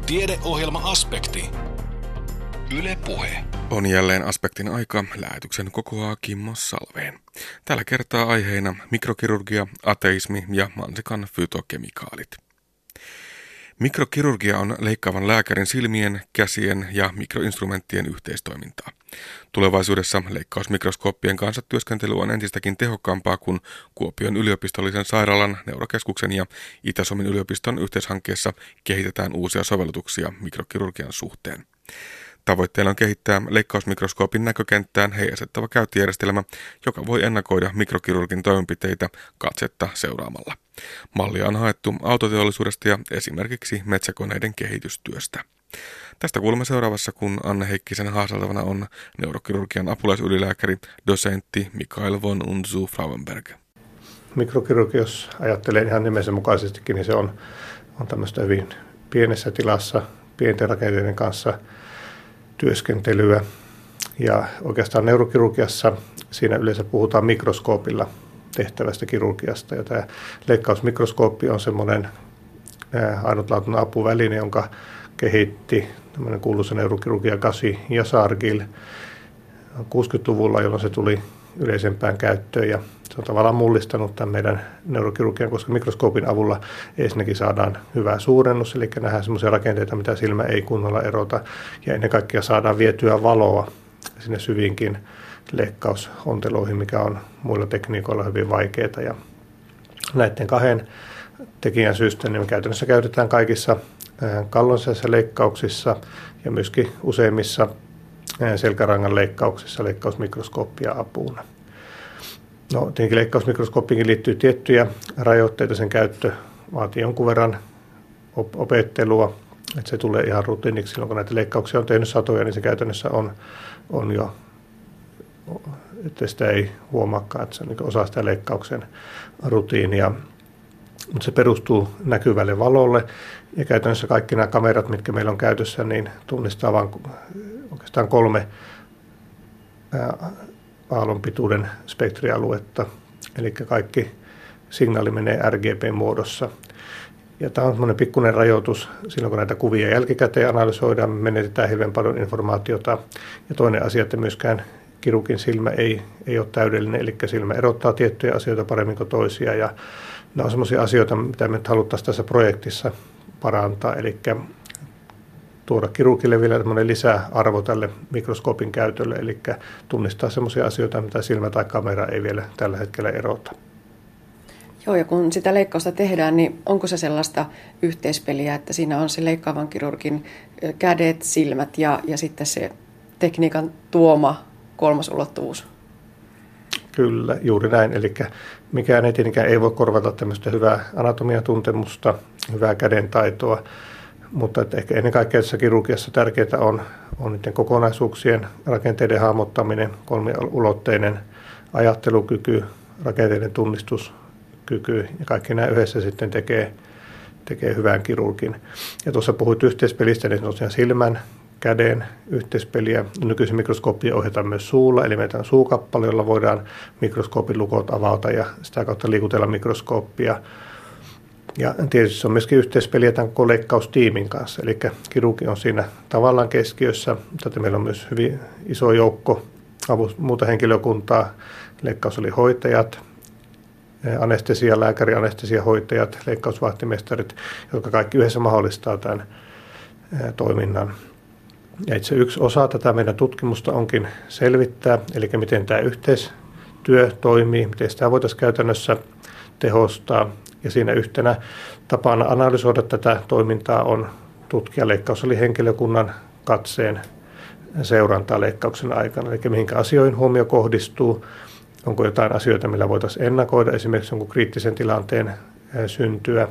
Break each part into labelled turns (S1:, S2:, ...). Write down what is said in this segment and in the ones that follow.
S1: Tiedeohjelma-aspekti. Yle Puhe.
S2: On jälleen aspektin aika. Lähetyksen kokoaa Kimmo Salveen. Tällä kertaa aiheena mikrokirurgia, ateismi ja mansikan fytokemikaalit. Mikrokirurgia on leikkaavan lääkärin silmien, käsien ja mikroinstrumenttien yhteistoimintaa. Tulevaisuudessa leikkausmikroskooppien kanssa työskentely on entistäkin tehokkaampaa, kun Kuopion yliopistollisen sairaalan, neurokeskuksen ja Itä-Suomen yliopiston yhteishankkeessa kehitetään uusia sovellutuksia mikrokirurgian suhteen. Tavoitteena on kehittää leikkausmikroskoopin näkökenttään heijastettava käyttöjärjestelmä, joka voi ennakoida mikrokirurgin toimenpiteitä katsetta seuraamalla. Mallia on haettu autoteollisuudesta ja esimerkiksi metsäkoneiden kehitystyöstä. Tästä kuulemme seuraavassa, kun Anne Heikkisen haaseltavana on neurokirurgian apulaisylilääkäri, dosentti Mikael von Unzu Frauenberg.
S3: Mikrokirurgia, jos ajattelee ihan nimensä mukaisestikin, niin se on tämmöistä hyvin pienessä tilassa, pienten rakenteiden kanssa työskentelyä. Ja oikeastaan neurokirurgiassa siinä yleensä puhutaan mikroskoopilla tehtävästä kirurgiasta. Ja tämä leikkausmikroskooppi on semmoinen ainutlaatuinen apuväline, jonka kehitti tämmöinen kuuluisa neurokirurgia Kasi Yazargil 60-luvulla, jolloin se tuli yleisempään käyttöön. Ja se on tavallaan mullistanut tämän meidän neurokirurgian, koska mikroskoopin avulla ensinnäkin saadaan hyvä suurennus, eli nähdään semmoisia rakenteita, mitä silmä ei kunnolla erota. Ja ennen kaikkea saadaan vietyä valoa sinne syviinkin leikkausonteloihin, mikä on muilla tekniikoilla hyvin vaikeaa. Ja näiden kahden tekijän syystä niin me käytännössä käytetään kaikissa kallonsisäisissä leikkauksissa ja myöskin useimmissa selkärangan leikkauksissa leikkausmikroskooppia apuna. No, tietenkin leikkausmikroskooppiin liittyy tiettyjä rajoitteita. Sen käyttö vaatii jonkun verran opettelua, että se tulee ihan rutiiniksi. Silloin kun näitä leikkauksia on tehnyt satoja, niin se käytännössä on jo, että sitä ei huomaakaan, että se on osa sitä leikkauksen rutiinia. Mutta se perustuu näkyvälle valolle ja käytännössä kaikki nämä kamerat, mitkä meillä on käytössä, niin tunnistaa vain oikeastaan 3 aallonpituuden spektrialuetta, eli kaikki signaali menee RGB-muodossa. Ja tämä on semmoinen pikkuinen rajoitus, silloin kun näitä kuvia jälkikäteen analysoidaan, me menetetään hirveän paljon informaatiota. Ja toinen asia, että myöskään kirurgin silmä ei ole täydellinen, eli silmä erottaa tiettyjä asioita paremmin kuin toisia. Ja nämä on semmoisia asioita, mitä me haluttaisiin tässä projektissa parantaa, eli tuoda kirurgille vielä semmoinen lisäarvo tälle mikroskoopin käytölle, eli tunnistaa semmoisia asioita, mitä silmä tai kamera ei vielä tällä hetkellä erota.
S4: Joo, ja kun sitä leikkausta tehdään, niin onko se sellaista yhteispeliä, että siinä on se leikkaavan kirurgin kädet, silmät ja sitten se tekniikan tuoma 3. ulottuvuus?
S3: Kyllä, juuri näin. Eli mikään ei tietenkään ei voi korvata tämmöistä hyvää anatomiatuntemusta, hyvää kädentaitoa, mutta että ehkä ennen kaikkea tässä kirurgiassa tärkeää on niiden kokonaisuuksien rakenteiden hahmottaminen, 3-ulotteinen ajattelukyky, rakenteiden tunnistuskyky ja kaikki nämä yhdessä sitten tekee hyvän kirurgin. Ja tuossa puhuit yhteispelistä, niin tosiaan silmän, käden yhteispeliä. Nykyisin mikroskooppia ohjataan myös suulla, eli meillä on suukappale, jolla voidaan mikroskoopin lukot avata ja sitä kautta liikutella mikroskooppia. Ja tietysti se on myöskin yhteispeliä tämän koko leikkaustiimin kanssa, eli kirurgi on siinä tavallaan keskiössä, mutta meillä on myös hyvin iso joukko muuta henkilökuntaa, leikkausalihoitajat, anestesialääkäri, anestesiahoitajat, leikkausvahtimestarit, jotka kaikki yhdessä mahdollistaa tämän toiminnan. Ja itse yksi osa tätä meidän tutkimusta onkin selvittää, eli miten tämä yhteistyö toimii, miten sitä voitaisiin käytännössä tehostaa. Ja siinä yhtenä tapana analysoida tätä toimintaa on tutkia leikkausalihenkilökunnan katseen seurantaa leikkauksen aikana. Eli mihinkä asioihin huomio kohdistuu, onko jotain asioita, millä voitaisiin ennakoida, esimerkiksi jonkun kriittisen tilanteen syntyä.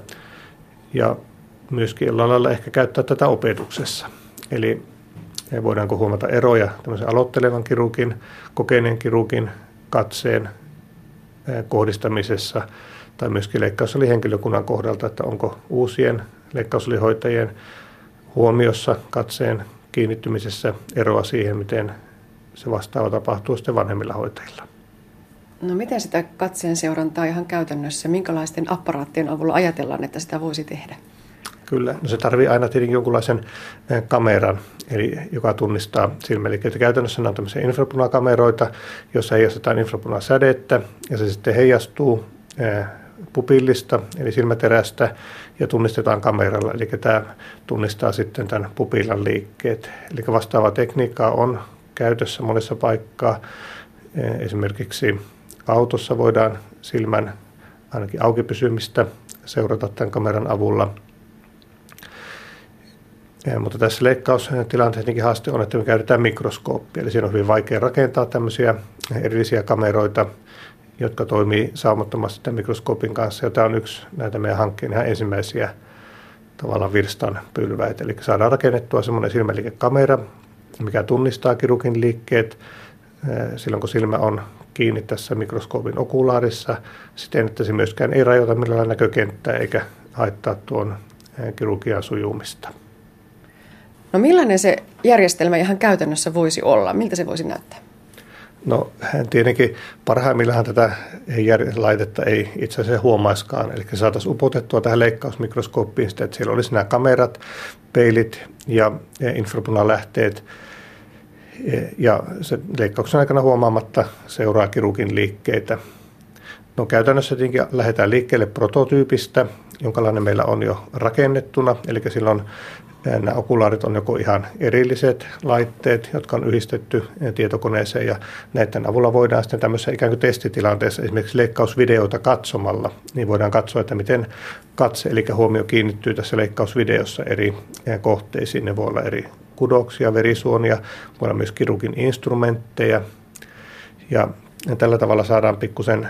S3: Ja myöskin jollain lailla ehkä käyttää tätä opetuksessa. Eli voidaanko huomata eroja tämmöisen aloittelevan kirurgin, kokeneen kirurgin katseen kohdistamisessa tai myöskin leikkausalihenkilökunnan kohdalta, että onko uusien leikkausalihoitajien huomiossa katseen kiinnittymisessä eroa siihen, miten se vastaava tapahtuu sitten vanhemmilla hoitajilla.
S4: No miten sitä katseen seurantaa ihan käytännössä? Minkälaisten apparaattien avulla ajatellaan, että sitä voisi tehdä?
S3: Kyllä, no se tarvii aina tietenkin jonkunlaisen kameran, eli joka tunnistaa silmäliikkeitä. Käytännössä nämä on tämmöisiä infrapunakameroita, joissa heijastetaan infrapunasädettä ja se sitten heijastuu pupillista eli silmäterästä ja tunnistetaan kameralla. Eli tämä tunnistaa sitten tämän pupillan liikkeet. Eli vastaavaa tekniikkaa on käytössä monessa paikkaa. Esimerkiksi autossa voidaan silmän ainakin auki pysymistä seurata tämän kameran avulla. Mutta tässä leikkaustilanteessa haaste on, että me käytetään mikroskooppia. Eli siinä on hyvin vaikea rakentaa tämmöisiä erillisiä kameroita, jotka toimii saumattomasti tämän mikroskoopin kanssa. Ja tämä on yksi näitä meidän hankkeen ihan ensimmäisiä tavallaan virstanpylväitä. Eli saadaan rakennettua semmoinen silmäliikekamera, mikä tunnistaa kirurgin liikkeet silloin, kun silmä on kiinni tässä mikroskoopin okulaarissa, siten, että se myöskään ei rajoita millään näkökenttää eikä haittaa tuon kirurgian sujumista.
S4: No millainen se järjestelmä ihan käytännössä voisi olla? Miltä se voisi näyttää?
S3: No tietenkin parhaimmillaan tätä laitetta ei itse asiassa huomaiskaan. Eli saataisiin upotettua tähän leikkausmikroskooppiin sitä, että siellä olisi nämä kamerat, peilit ja infrapunalähteet. Ja se leikkauksen aikana huomaamatta seuraa kirurgin liikkeitä. No käytännössä tietenkin lähdetään liikkeelle prototyypistä, jonkalainen meillä on jo rakennettuna. Eli silloin nämä okulaarit on joko ihan erilliset laitteet, jotka on yhdistetty tietokoneeseen ja näiden avulla voidaan sitten tämmöisessä ikään kuin testitilanteessa esimerkiksi leikkausvideoita katsomalla, niin voidaan katsoa, että miten katse eli huomio kiinnittyy tässä leikkausvideossa eri kohteisiin. Ne voi olla eri kudoksia, verisuonia, voi olla myös kirurgin instrumentteja ja tällä tavalla saadaan pikkusen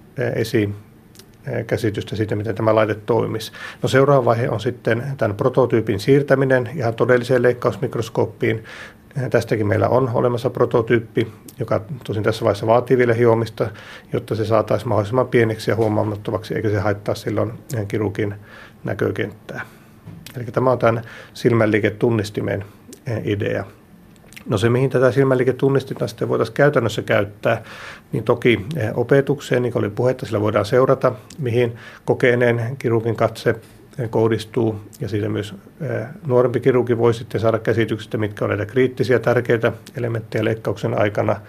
S3: käsitystä siitä, miten tämä laite toimisi. No seuraava vaihe on sitten tämän prototyypin siirtäminen ihan todelliseen leikkausmikroskooppiin. Tästäkin meillä on olemassa prototyyppi, joka tosin tässä vaiheessa vaatii vielä hiomista, jotta se saataisiin mahdollisimman pieneksi ja huomaamattomaksi, eikä se haittaa silloin kirurgin näkökenttää. Eli tämä on tämän silmänliiketunnistimen idea. No se, mihin tätä silmänliiketunnistinta sitten voitaisiin käytännössä käyttää, niin toki opetukseen, niin kuin oli puhetta, sillä voidaan seurata, mihin kokeneen kirurgin katse kohdistuu. Ja siitä myös nuorempi kirurgi voi sitten saada käsityksestä, mitkä ovat näitä kriittisiä, tärkeitä elementtejä leikkauksen aikana.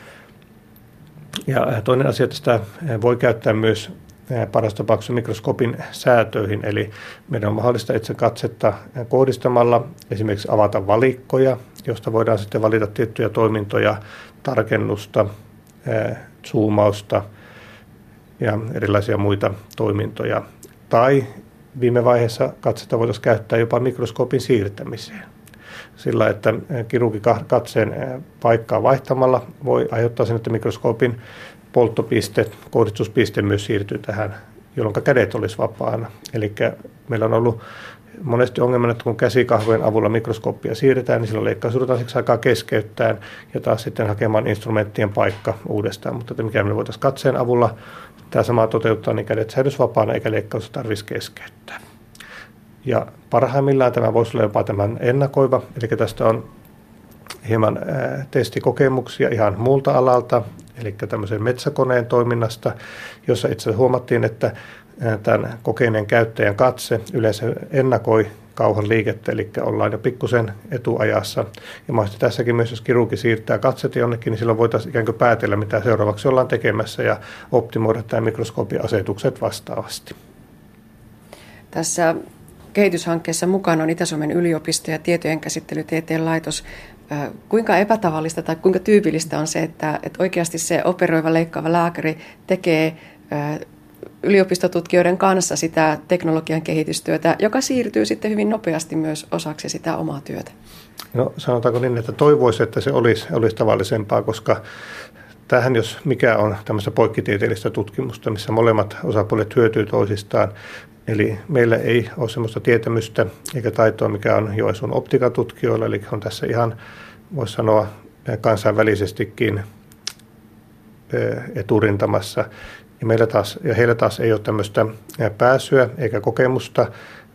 S3: Ja toinen asia, että sitä voi käyttää myös parasta tapauksessa mikroskoopin säätöihin, eli meidän on mahdollista itse katsetta kohdistamalla esimerkiksi avata valikkoja, josta voidaan sitten valita tiettyjä toimintoja, tarkennusta, zoomausta ja erilaisia muita toimintoja. Tai viime vaiheessa katsetta voitaisiin käyttää jopa mikroskoopin siirtämiseen. Sillä, että kirurgi katseen paikkaa vaihtamalla voi aiheuttaa sen, että mikroskoopin polttopiste, kohdistuspiste myös siirtyy tähän, jolloin kädet olisi vapaana. Eli meillä on ollut monesti ongelmana, että kun käsikahvojen avulla mikroskooppia siirretään, niin silloin leikkaus joudutaan siksi aikaa keskeyttämään ja taas sitten hakemaan instrumenttien paikka uudestaan. Mutta mikä me voitaisiin katseen avulla tämä sama toteuttaa, niin kädet säilyisi vapaana eikä leikkaus tarvitsisi keskeyttää. Ja parhaimmillaan tämä voisi olla jopa tämän ennakoiva, eli tästä on hieman testikokemuksia ihan muulta alalta, eli tämmöisen metsäkoneen toiminnasta, jossa itse asiassa huomattiin, että tämän kokeneen käyttäjän katse yleensä ennakoi kauhan liikettä, eli ollaan jo pikkusen etuajassa. Ja mahdollisesti tässäkin myös, jos kirurgi siirtää katset jonnekin, niin silloin voitaisiin ikään kuin päätellä, mitä seuraavaksi ollaan tekemässä ja optimoida tämä mikroskoopin asetukset vastaavasti.
S4: Tässä kehityshankkeessa mukana on Itä-Suomen yliopisto ja tietojenkäsittelytieteen laitos. Kuinka epätavallista tai kuinka tyypillistä on se, että oikeasti se operoiva, leikkaava lääkäri tekee yliopistotutkijoiden kanssa sitä teknologian kehitystyötä, joka siirtyy sitten hyvin nopeasti myös osaksi sitä omaa työtä?
S3: No sanotaanko niin, että toivoisi, että se olisi tavallisempaa, koska tämähän jos mikä on tämmöistä poikkitieteellistä tutkimusta, missä molemmat osapuolet hyötyy toisistaan. Eli meillä ei ole sellaista tietämystä eikä taitoa, mikä on Joensuun optikatutkijoilla, eli on tässä ihan, voisi sanoa, kansainvälisestikin eturintamassa. Ja heillä taas ei ole tämmöistä pääsyä eikä kokemusta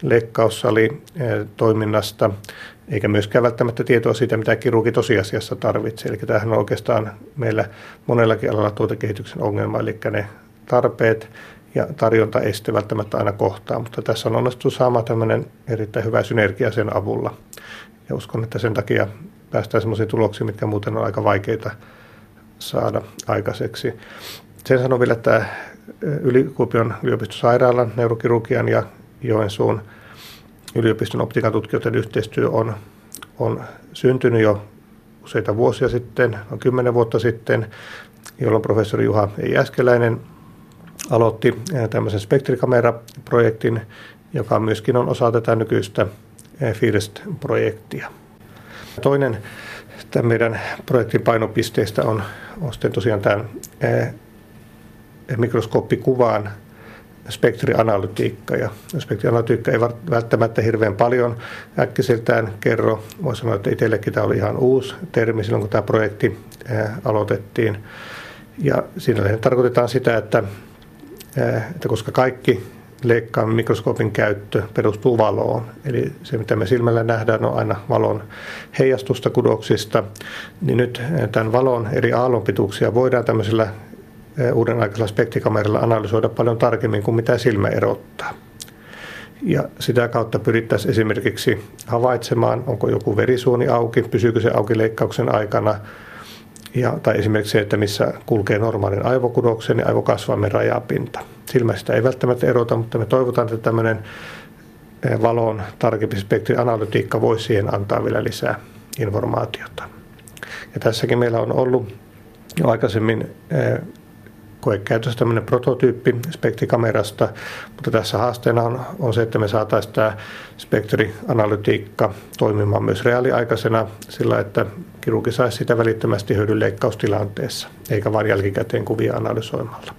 S3: leikkaussali-toiminnasta, eikä myöskään välttämättä tietoa siitä, mitä kirurgi tosiasiassa tarvitsee. Eli tämähän on oikeastaan meillä monellakin alalla tuotekehityksen ongelma, eli ne tarpeet ja tarjontaeste välttämättä aina kohtaa, mutta tässä on onnistuttu saamaan tämmöinen erittäin hyvä synergia sen avulla. Ja uskon, että sen takia päästään semmoisiin tuloksiin, mitkä muuten on aika vaikeita saada aikaiseksi. Sen sanon vielä, että Kuopion yliopistosairaalan neurokirurgian ja Joensuun yliopiston optiikan tutkijoiden yhteistyö on syntynyt jo useita vuosia sitten, noin 10 vuotta sitten, jolloin professori Juha Jääskeläinen aloitti tämmöisen spektrikamera-projektin, joka myöskin on osa tätä nykyistä FIRST-projektia. Toinen tämän meidän projektin painopisteistä on sitten tosiaan tämä mikroskooppikuvaan spektrianalytiikka. Ja spektrianalytiikka ei välttämättä hirveän paljon äkkiseltään kerro. Voisi sanoa, että itsellekin tämä oli ihan uusi termi silloin, kun tämä projekti aloitettiin. Ja siinä tarkoitetaan sitä, että koska kaikki leikkaamme mikroskoopin käyttö perustuu valoon, eli se mitä me silmällä nähdään on aina valon heijastusta kudoksista, niin nyt tämän valon eri aallonpituuksia voidaan tämmöisellä uuden aikaisella spektrikameralla analysoida paljon tarkemmin kuin mitä silmä erottaa. Ja sitä kautta pyrittäisiin esimerkiksi havaitsemaan, onko joku verisuoni auki, pysyykö se auki leikkauksen aikana, tai esimerkiksi se, että missä kulkee normaalin aivokudoksen ja aivokasvaimen rajapinta. Silmästä ei välttämättä erota, mutta me toivotaan, että tämmöinen valon tarkempi spektrianalytiikka voisi siihen antaa vielä lisää informaatiota. Ja tässäkin meillä on ollut jo aikaisemmin koekäytössä tämmöinen prototyyppi spektrikamerasta, mutta tässä haasteena on se, että me saataisiin tämä spektrianalytiikka toimimaan myös reaaliaikaisena sillä, että kirurgi saisi sitä välittömästi hyödyn leikkaustilanteessa, eikä vain jälkikäteen kuvia analysoimalla.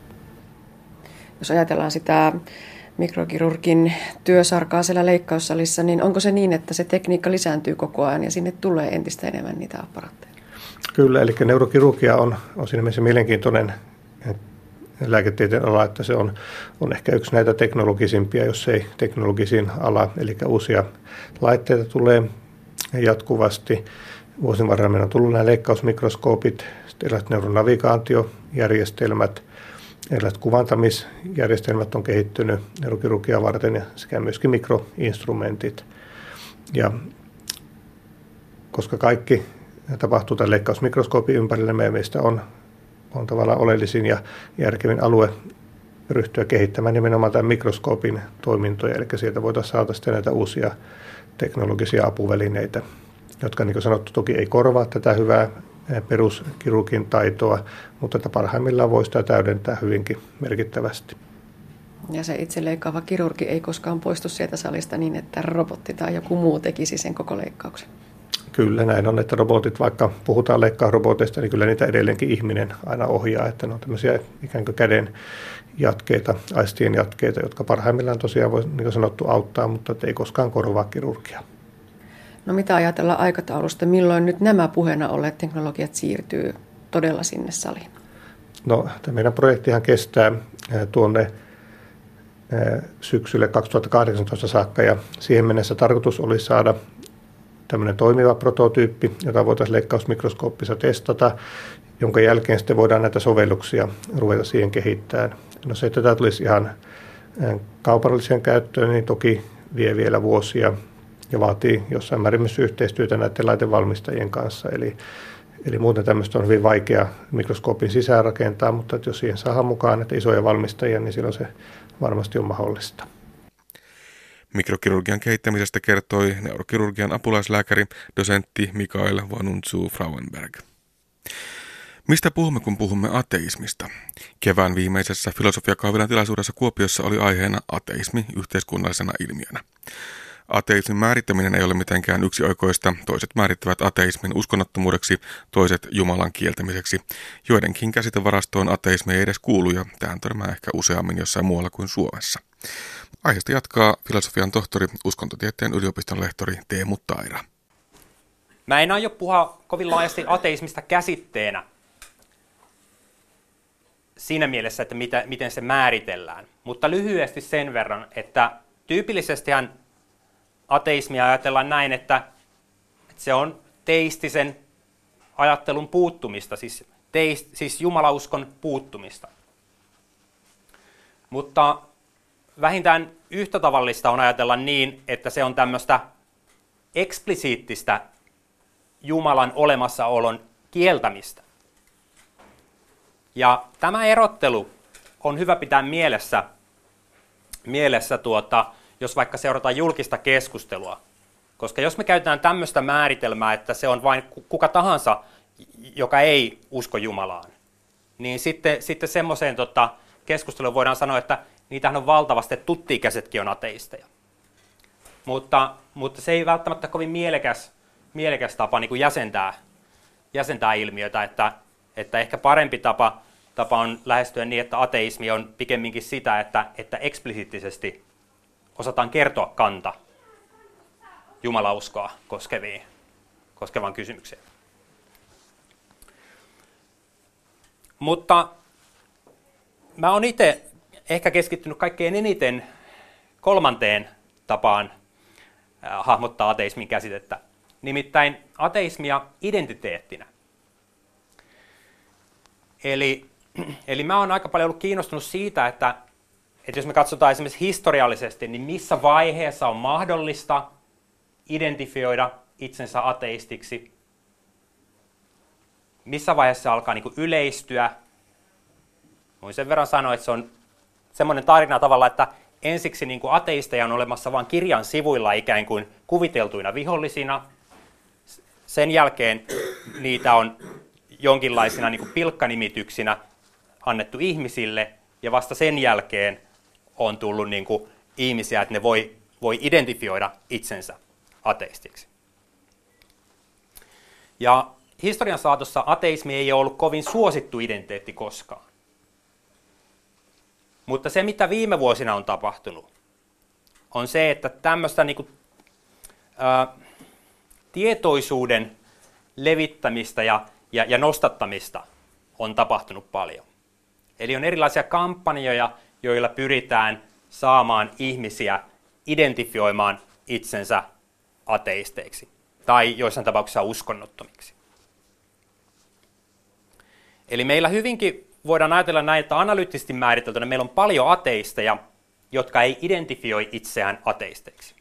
S4: Jos ajatellaan sitä mikrokirurgin työsarkaa siellä leikkaussalissa, niin onko se niin, että se tekniikka lisääntyy koko ajan ja sinne tulee entistä enemmän niitä apparaatteja? Kyllä,
S3: eli neurokirurgia on siinä mielessä mielenkiintoinen lääketieteen ala, että se on ehkä yksi näitä teknologisimpia, jos ei teknologisin ala, eli uusia laitteita tulee jatkuvasti. Vuosien varrella meillä on tullut nämä leikkausmikroskoopit, erilaiset neuronavigaatiojärjestelmät, erilaiset kuvantamisjärjestelmät on kehittynyt neurokirurgiaa varten sekä myöskin mikroinstrumentit. Ja koska kaikki tapahtuu tämän leikkausmikroskoopin ympärillä, meistä on tavallaan oleellisin ja järkevin alue ryhtyä kehittämään nimenomaan tämän mikroskoopin toimintoja, eli sieltä voitaisiin saada sitten näitä uusia teknologisia apuvälineitä, jotka niin kuin sanottu toki ei korvaa tätä hyvää peruskirurgin taitoa, mutta että parhaimmillaan voi sitä täydentää hyvinkin merkittävästi.
S4: Ja se itse leikkaava kirurgi ei koskaan poistu sieltä salista niin, että robotti tai joku muu tekisi sen koko leikkauksen.
S3: Kyllä näin on, että robotit, vaikka puhutaan leikkausroboteista, niin kyllä niitä edelleenkin ihminen aina ohjaa, että ne on tämmöisiä ikään kuin käden jatkeita, aistien jatkeita, jotka parhaimmillaan tosiaan voi, niin kuin sanottu, auttaa, mutta ei koskaan korvaa kirurgia.
S4: No mitä ajatellaan aikataulusta, milloin nyt nämä puheena olleet teknologiat siirtyy todella sinne saliin?
S3: No tämä meidän projektihan kestää tuonne syksylle 2018 saakka ja siihen mennessä tarkoitus oli saada tämmöinen toimiva prototyyppi, jota voitaisiin leikkausmikroskooppissa testata, jonka jälkeen sitten voidaan näitä sovelluksia ruveta siihen kehittämään. No se, että tämä tulisi ihan kaupalliseen käyttöön, niin toki vie vielä vuosia ja vaatii jossain määrin myös yhteistyötä näiden laitevalmistajien kanssa. Eli muuten tämmöistä on hyvin vaikea mikroskoopin sisään rakentaa, mutta jos siihen saadaan mukaan näitä isoja valmistajia, niin silloin se varmasti on mahdollista.
S2: Mikrokirurgian kehittämisestä kertoi neurokirurgian apulaislääkäri, dosentti Mikael Vanuntsu Frauenberg. Mistä puhumme, kun puhumme ateismista? Kevään viimeisessä filosofiakahvilan tilaisuudessa Kuopiossa oli aiheena ateismi yhteiskunnallisena ilmiönä. Ateismin määrittäminen ei ole mitenkään yksioikoista. Toiset määrittävät ateismin uskonnottomuudeksi, toiset Jumalan kieltämiseksi. Joidenkin käsitevarastoon ateismi ei edes kuulu ja tähän törmää ehkä useammin jossain muualla kuin Suomessa. Aiheesta jatkaa filosofian tohtori, uskontotieteen yliopiston lehtori Teemu Taira.
S5: Mä en aio puhua kovin laajasti ateismista käsitteenä siinä mielessä, että miten se määritellään. Mutta lyhyesti sen verran, että tyypillisestihän ateismia ajatellaan näin, että se on teistisen ajattelun puuttumista, siis jumalauskon puuttumista. Mutta vähintään yhtä tavallista on ajatella niin, että se on tämmöistä eksplisiittistä Jumalan olemassaolon kieltämistä. Ja tämä erottelu on hyvä pitää mielessä jos vaikka seurataan julkista keskustelua. Koska jos me käytetään tämmöistä määritelmää, että se on vain kuka tahansa, joka ei usko Jumalaan, niin sitten semmoiseen keskusteluun voidaan sanoa, että niitähän on valtavasti, että tutti-ikäisetkin on ateisteja. Mutta se ei välttämättä kovin mielekäs tapa niin kuin jäsentää ilmiötä, että ehkä parempi tapa on lähestyä niin, että ateismi on pikemminkin sitä, että eksplisiittisesti osataan kertoa kanta jumalauskoa koskevaan kysymykseen. Mutta mä oon itse ehkä keskittynyt kaikkein eniten kolmanteen tapaan hahmottaa ateismin käsitettä, nimittäin ateismia identiteettinä. Eli mä oon aika paljon ollut kiinnostunut siitä, että jos me katsotaan esimerkiksi historiallisesti, niin missä vaiheessa on mahdollista identifioida itsensä ateistiksi, missä vaiheessa se alkaa niin kuin yleistyä. Voin sen verran sanoa, että se on semmoinen tarina tavalla, että ensiksi niin kuin ateisteja on olemassa vain kirjan sivuilla ikään kuin kuviteltuina vihollisina. Sen jälkeen niitä on jonkinlaisina niin kuin pilkkanimityksinä annettu ihmisille, ja vasta sen jälkeen on tullut niin kuin ihmisiä, että ne voi identifioida itsensä ateistiksi. Ja historian saatossa ateismi ei ole ollut kovin suosittu identiteetti koskaan. Mutta se, mitä viime vuosina on tapahtunut, on se, että tämmöistä niin kuin, tietoisuuden levittämistä ja nostattamista on tapahtunut paljon. Eli on erilaisia kampanjoja, joilla pyritään saamaan ihmisiä identifioimaan itsensä ateisteiksi tai joissain tapauksissa uskonnottomiksi. Eli meillä hyvinkin voidaan ajatella näin, että analyyttisesti määriteltynä meillä on paljon ateisteja, jotka ei identifioi itseään ateisteiksi.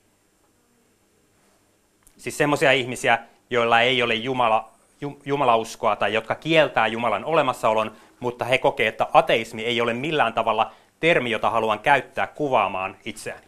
S5: Siis semmoisia ihmisiä, joilla ei ole jumalauskoa tai jotka kieltää Jumalan olemassaolon, mutta he kokee, että ateismi ei ole millään tavalla termi, jota haluan käyttää kuvaamaan itseäni.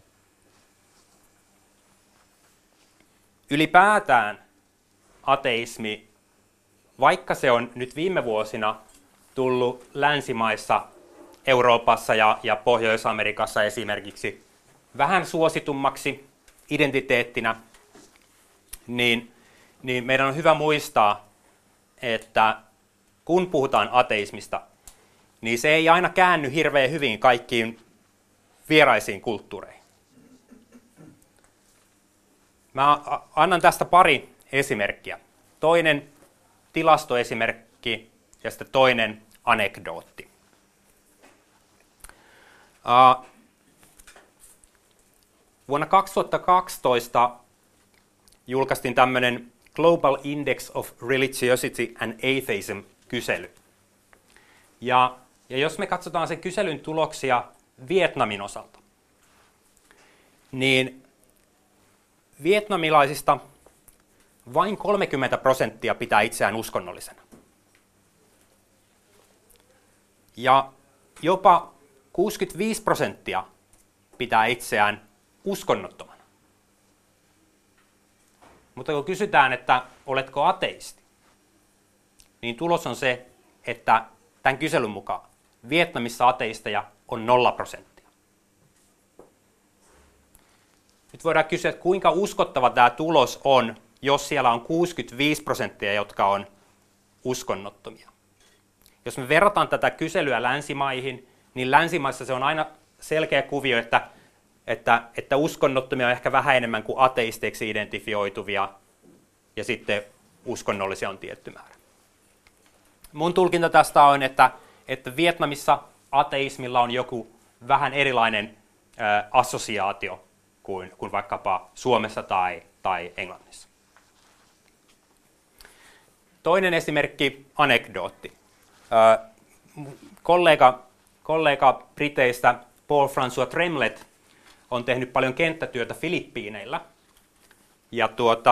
S5: Ylipäätään ateismi, vaikka se on nyt viime vuosina tullut länsimaissa, Euroopassa ja Pohjois-Amerikassa esimerkiksi vähän suositummaksi identiteettinä, niin meidän on hyvä muistaa, että kun puhutaan ateismista, niin se ei aina käänny hirveän hyvin kaikkiin vieraisiin kulttuureihin. Mä annan tästä pari esimerkkiä. Toinen tilastoesimerkki ja sitten toinen anekdootti. Vuonna 2012 julkaistiin tämmöinen Global Index of Religiosity and Atheism-kysely. Ja jos me katsotaan sen kyselyn tuloksia Vietnamin osalta, niin vietnamilaisista vain 30% pitää itseään uskonnollisena. Ja jopa 65% pitää itseään uskonnottomana. Mutta kun kysytään, että oletko ateisti, niin tulos on se, että tämän kyselyn mukaan Vietnamissa ateisteja on 0%. Nyt voidaan kysyä, että kuinka uskottava tämä tulos on, jos siellä on 65%, jotka on uskonnottomia. Jos me verrataan tätä kyselyä länsimaihin, niin länsimaissa se on aina selkeä kuvio, että uskonnottomia on ehkä vähän enemmän kuin ateisteiksi identifioituvia, ja sitten uskonnollisia on tietty määrä. Mun tulkinta tästä on, että Vietnamissa ateismilla on joku vähän erilainen assosiaatio kuin vaikkapa Suomessa tai Englannissa. Toinen esimerkki, anekdootti. Kollega Briteistä Paul-François Tremlett on tehnyt paljon kenttätyötä Filippiineillä. Ja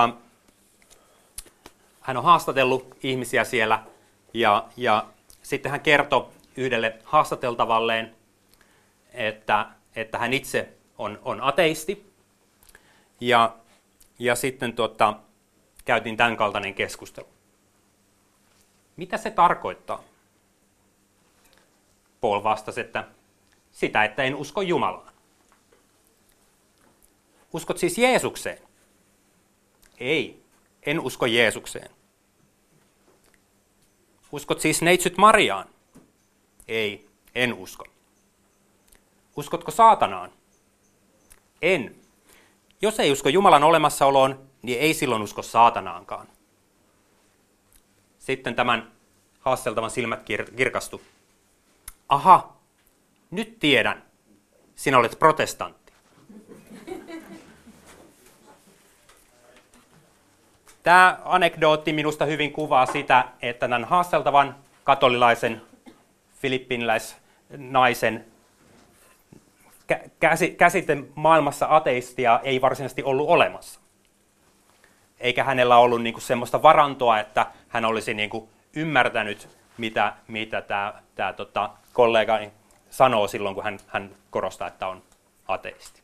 S5: hän on haastatellut ihmisiä siellä ja sitten hän kertoi yhdelle haastateltavalleen, että hän itse on ateisti. Ja sitten käytiin tämän kaltainen keskustelu. Mitä se tarkoittaa? Paul vastasi, että sitä, että en usko Jumalaan. Uskot siis Jeesukseen? Ei, en usko Jeesukseen. Uskot siis neitsyt Mariaan? Ei, en usko. Uskotko saatanaan? En. Jos ei usko Jumalan olemassaoloon, niin ei silloin usko saatanaankaan. Sitten tämän haasteltavan silmät kirkastu. Aha, nyt tiedän. Sinä olet protestantti. Tämä anekdootti minusta hyvin kuvaa sitä, että tämän haasteltavan katolilaisen filippiniläisnaisen käsite maailmassa ateistia ei varsinaisesti ollut olemassa. Eikä hänellä ollut niinku semmoista varantoa, että hän olisi niinku ymmärtänyt, mitä tämä kollegani sanoo silloin, kun hän korostaa, että on ateisti.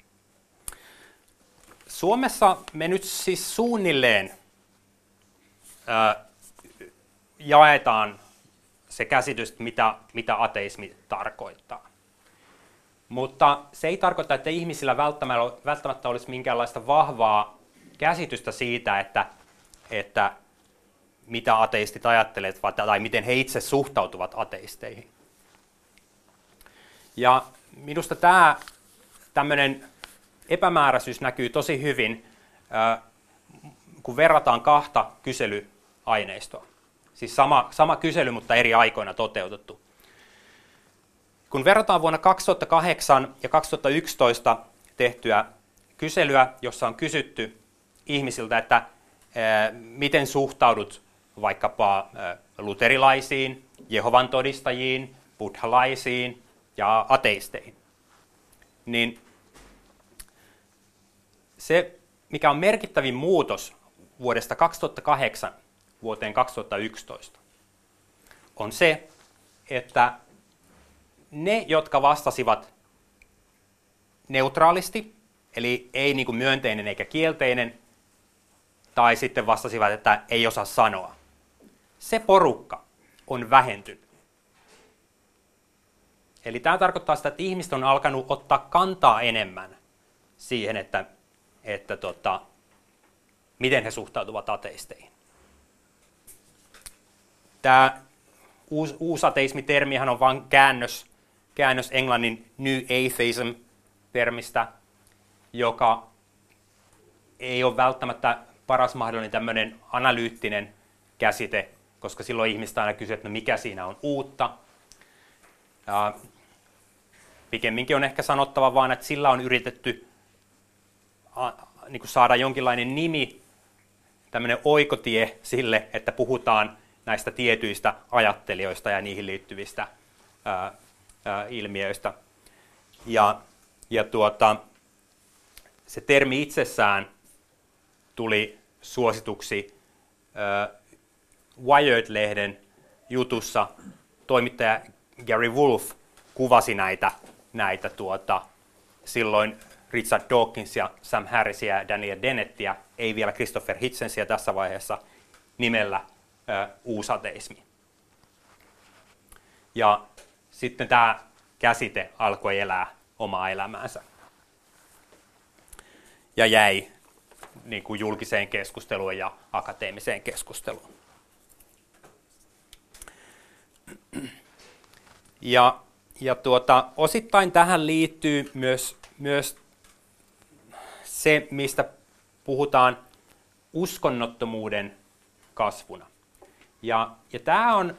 S5: Suomessa me nyt siis suunnilleen jaetaan se käsitys, mitä ateismi tarkoittaa. Mutta se ei tarkoita, että ihmisillä välttämättä olisi minkäänlaista vahvaa käsitystä siitä, että mitä ateistit ajattelevat tai miten he itse suhtautuvat ateisteihin. Ja minusta tämä tämmöinen epämääräisyys näkyy tosi hyvin, kun verrataan kahta kyselyaineistoa. Siis sama kysely, mutta eri aikoina toteutettu. Kun verrataan vuonna 2008 ja 2011 tehtyä kyselyä, jossa on kysytty ihmisiltä, että miten suhtaudut vaikkapa luterilaisiin, Jehovan todistajiin, buddhalaisiin ja ateisteihin, niin se, mikä on merkittävin muutos vuodesta 2008 vuoteen 2011, on se, että ne, jotka vastasivat neutraalisti, eli ei niin kuin myönteinen eikä kielteinen, tai sitten vastasivat, että ei osaa sanoa, se porukka on vähentynyt. Eli tämä tarkoittaa sitä, että ihmiset on alkanut ottaa kantaa enemmän siihen, että miten he suhtautuvat ateisteihin. Tämä uusateismi-termihän on vain käännös englannin New Atheism-termistä, joka ei ole välttämättä paras mahdollinen tämmöinen analyyttinen käsite, koska silloin ihmistä aina kysyy, että no mikä siinä on uutta. Pikemminkin on ehkä sanottava vaan, että sillä on yritetty niin kuin saada jonkinlainen nimi, tämmöinen oikotie sille, että puhutaan näistä tietyistä ajattelijoista ja niihin liittyvistä ilmiöistä. Ja se termi itsessään tuli suosituksi Wired-lehden jutussa. Toimittaja Gary Wolf kuvasi näitä silloin Richard Dawkinsia, Sam Harrisia ja Daniel Dennettiä, ei vielä Christopher Hitchensia tässä vaiheessa, nimellä uusateismi. Ja sitten tämä käsite alkoi elää omaa elämäänsä ja jäi niin kuin julkiseen keskusteluun ja akateemiseen keskusteluun. Ja osittain tähän liittyy myös se, mistä puhutaan uskonnottomuuden kasvuna. Ja tämä on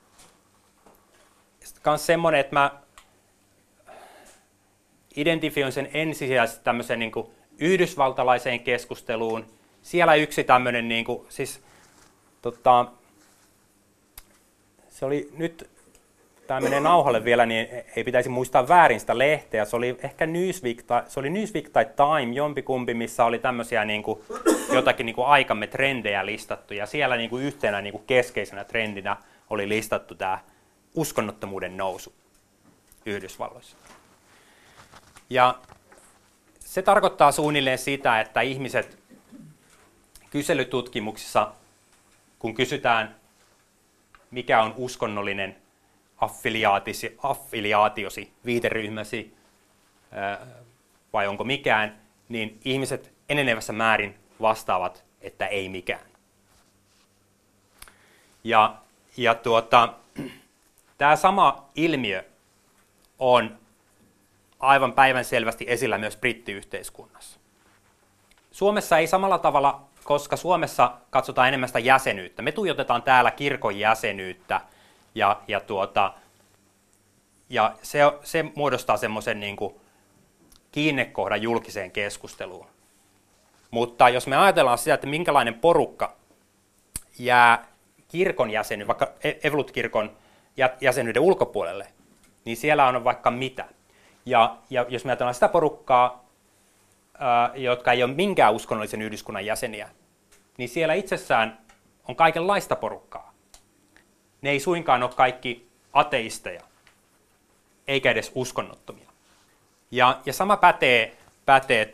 S5: myös semmoinen, että mä identifioin sen ensisijaisesti tämmöisen niin kuin yhdysvaltalaiseen keskusteluun. Siellä yksi tämmöinen, niin kuin, siis, se oli nyt tämä menee nauhalle vielä, niin ei pitäisi muistaa väärin sitä lehteä. Se oli ehkä Newsweek tai Time, jompikumpi, missä oli tämmöisiä niin kuin, jotakin niin kuin aikamme trendejä listattu. Ja siellä niin kuin yhtenä niin kuin keskeisenä trendinä oli listattu tämä uskonnottomuuden nousu Yhdysvalloissa. Ja se tarkoittaa suunnilleen sitä, että ihmiset kyselytutkimuksissa, kun kysytään, mikä on uskonnollinen affiliaatiosi, viiteryhmäsi vai onko mikään, niin ihmiset enenevässä määrin vastaavat, että ei mikään. Tämä sama ilmiö on aivan päivänselvästi esillä myös brittiyhteiskunnassa. Suomessa ei samalla tavalla, koska Suomessa katsotaan enemmän sitä jäsenyyttä. Me tuijotetaan täällä kirkon jäsenyyttä ja se muodostaa semmoisen niin kuin kiinnekohdan julkiseen keskusteluun. Mutta jos me ajatellaan sitä, että minkälainen porukka jää kirkon jäsenyyden, vaikka Evolut-kirkon jäsenyyden ulkopuolelle, niin siellä on vaikka mitä. Ja jos me ajatellaan sitä porukkaa, jotka ei ole minkään uskonnollisen yhdyskunnan jäseniä, niin siellä itsessään on kaikenlaista porukkaa. Ne ei suinkaan ole kaikki ateisteja, eikä edes uskonnottomia. Ja sama pätee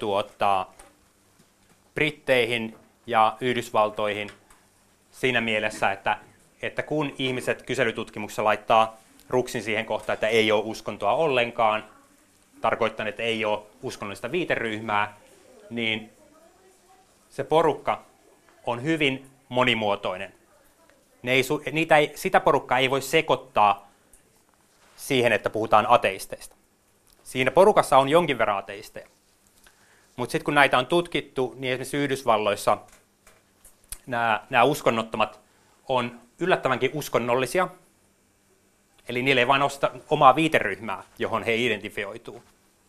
S5: Britteihin ja Yhdysvaltoihin siinä mielessä, että kun ihmiset kyselytutkimuksessa laittaa ruksin siihen kohtaan, että ei ole uskontoa ollenkaan, tarkoittaa, että ei ole uskonnollista viiteryhmää, niin se porukka on hyvin monimuotoinen. Sitä porukkaa ei voi sekoittaa siihen, että puhutaan ateisteista. Siinä porukassa on jonkin verran ateisteja. Mutta sitten kun näitä on tutkittu, niin esimerkiksi Yhdysvalloissa nämä uskonnottomat on yllättävänkin uskonnollisia. Eli niillä ei vain ole omaa viiteryhmää, johon he identifioituu.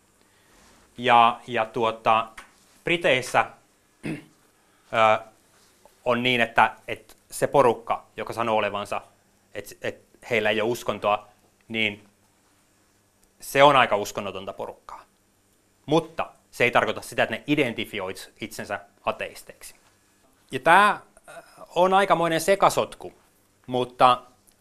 S5: Briteissä on niin, että se porukka, joka sanoo olevansa, että heillä ei ole uskontoa, niin se on aika uskonnotonta porukkaa. Mutta se ei tarkoita sitä, että ne identifioit itsensä ateisteiksi. Ja tämä on aikamoinen sekasotku, mutta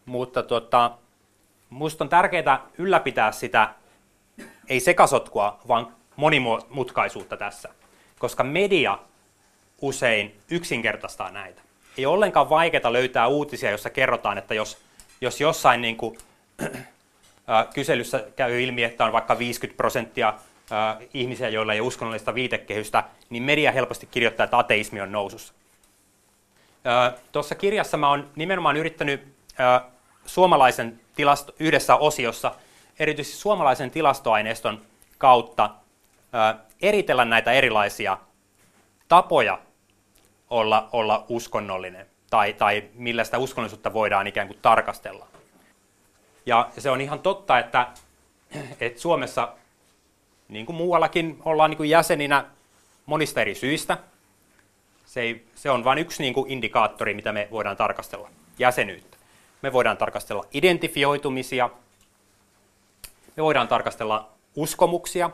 S5: minusta on tärkeää ylläpitää sitä, ei sekasotkua, vaan monimutkaisuutta tässä, koska media usein yksinkertaistaa näitä. Ei ole ollenkaan vaikeaa löytää uutisia, joissa kerrotaan, että jos jossain niin kuin, kyselyssä käy ilmi, että on vaikka 50% ihmisiä, joilla ei ole uskonnollista viitekehystä, niin media helposti kirjoittaa, että ateismi on nousussa. Tuossa kirjassa mä oon nimenomaan yrittänyt suomalaisen yhdessä osiossa, erityisesti suomalaisen tilastoaineiston kautta, eritellä näitä erilaisia tapoja olla uskonnollinen tai millä sitä uskonnollisuutta voidaan ikään kuin tarkastella. Ja se on ihan totta, että Suomessa, niin kuin muuallakin, ollaan niin kuin jäseninä monista eri syistä. Se on vain yksi niin kuin indikaattori, mitä me voidaan tarkastella, jäsenyyttä. Me voidaan tarkastella identifioitumisia, me voidaan tarkastella uskomuksia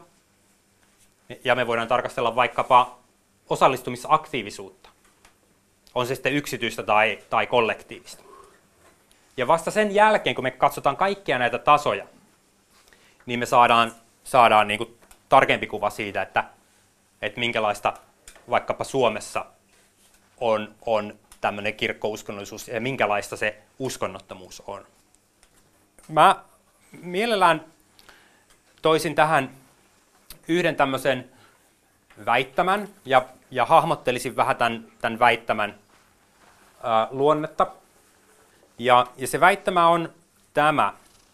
S5: ja me voidaan tarkastella vaikkapa osallistumisaktiivisuutta. On se sitten yksityistä tai kollektiivista. Ja vasta sen jälkeen, kun me katsotaan kaikkia näitä tasoja, niin me saadaan niin kuin tarkempi kuva siitä, että minkälaista vaikkapa Suomessa on tämmöinen kirkkouskonnollisuus ja minkälaista se uskonnottomuus on. Mä mielellään toisin tähän yhden tämmöisen väittämän ja hahmottelisin vähän tämän väittämän luonnetta. Ja se väittämä on tämä.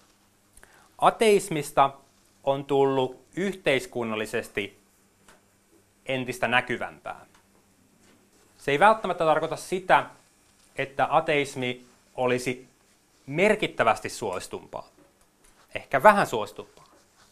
S5: Ateismista on tullut yhteiskunnallisesti entistä näkyvämpää. Se ei välttämättä tarkoita sitä, että ateismi olisi merkittävästi suositumpaa. Ehkä vähän suositumpaa.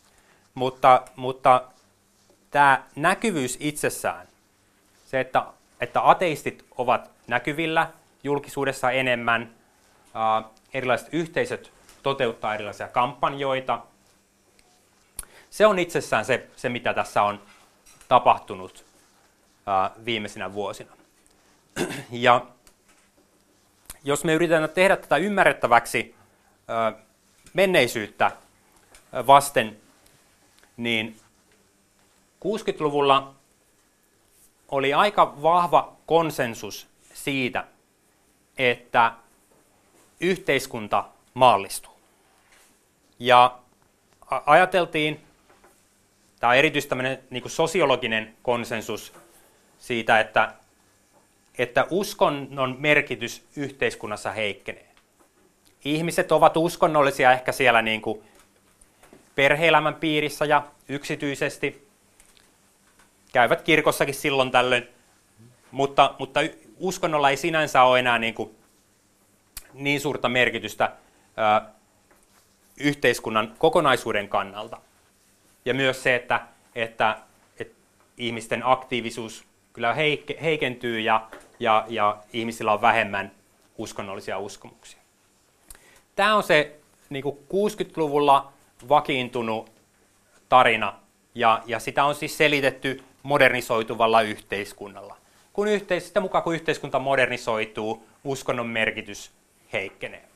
S5: Mutta tämä näkyvyys itsessään, se, että ateistit ovat näkyvillä julkisuudessa enemmän, erilaiset yhteisöt toteuttaa erilaisia kampanjoita. Se on itsessään se mitä tässä on tapahtunut viimeisinä vuosina. Ja jos me yritetään tehdä tätä ymmärrettäväksi menneisyyttä vasten, niin 60-luvulla oli aika vahva konsensus siitä, että yhteiskunta maallistuu. Ja ajateltiin, tämä on erityisesti tämmöinen niin kuin sosiologinen konsensus siitä, että uskonnon merkitys yhteiskunnassa heikkenee. Ihmiset ovat uskonnollisia ehkä siellä niin kuin perhe-elämän piirissä ja yksityisesti, käyvät kirkossakin silloin tällöin, mutta uskonnolla ei sinänsä ole enää niin suurta merkitystä yhteiskunnan kokonaisuuden kannalta. Ja myös se, että ihmisten aktiivisuus kyllä heikentyy ja ihmisillä on vähemmän uskonnollisia uskomuksia. Tämä on se niin kuin 60-luvulla vakiintunut tarina, ja sitä on siis selitetty modernisoituvalla yhteiskunnalla. Sitä mukaan kun yhteiskunta modernisoituu, uskonnon merkitys heikkenee.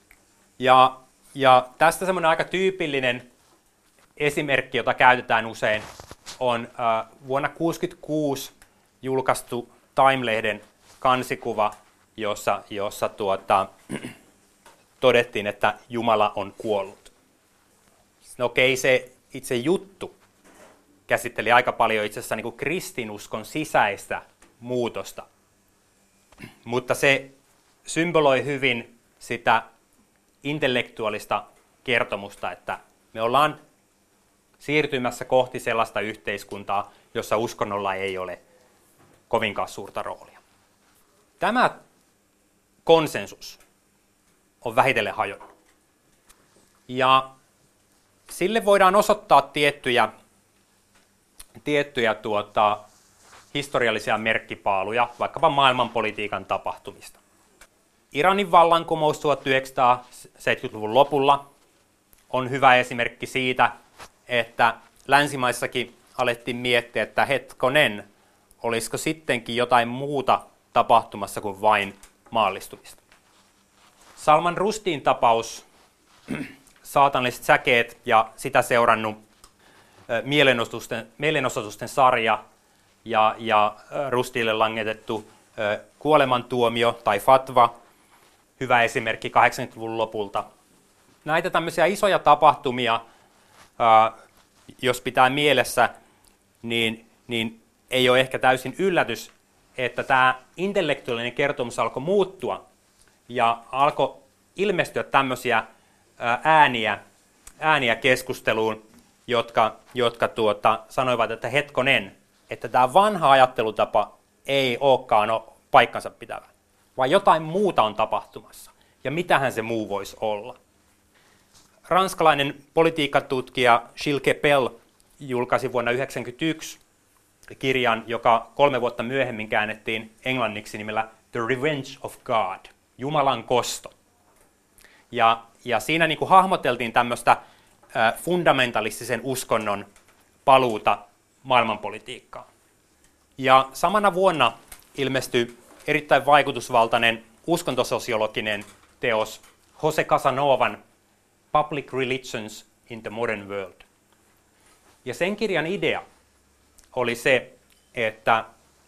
S5: Ja tästä semmoinen aika tyypillinen esimerkki, jota käytetään usein, on vuonna 1966 julkaistu Time-lehden kansikuva, jossa todettiin, että Jumala on kuollut. No okei, se itse juttu käsitteli aika paljon itse asiassa niin kuin kristinuskon sisäistä muutosta, mutta se symboloi hyvin sitä intellektuaalista kertomusta, että me ollaan siirtymässä kohti sellaista yhteiskuntaa, jossa uskonnolla ei ole kovinkaan suurta roolia. Tämä konsensus on vähitellen hajonnut. Ja sille voidaan osoittaa tiettyjä historiallisia merkkipaaluja, vaikkapa maailmanpolitiikan tapahtumista. Iranin vallankumous 1970-luvun lopulla on hyvä esimerkki siitä, että länsimaissakin alettiin miettiä, että hetkonen, olisiko sittenkin jotain muuta tapahtumassa kuin vain maallistumista. Salman Rushdiin tapaus, saatanalliset säkeet ja sitä seurannut mielenosoitusten sarja ja Rushdille langetettu kuolemantuomio tai fatva, hyvä esimerkki 80-luvun lopulta. Näitä tämmöisiä isoja tapahtumia, jos pitää mielessä, niin ei ole ehkä täysin yllätys, että tämä intellektuaalinen kertomus alkoi muuttua ja alkoi ilmestyä tämmöisiä ääniä keskusteluun, jotka sanoivat, että hetkonen, että tämä vanha ajattelutapa ei olekaan ole paikkansa pitävä, vaan jotain muuta on tapahtumassa. Ja mitähän se muu voisi olla? Ranskalainen politiikkatutkija Gilles Kepel julkaisi vuonna 1991 kirjan, joka 3 vuotta myöhemmin käännettiin englanniksi nimellä The Revenge of God, Jumalan kosto. Ja siinä niin kuin hahmoteltiin tämmöistä fundamentalistisen uskonnon paluuta maailmanpolitiikkaan. Ja samana vuonna ilmestyi erittäin vaikutusvaltainen uskontososiologinen teos Jose Casanovan Public Religions in the Modern World. Ja sen kirjan idea oli se, että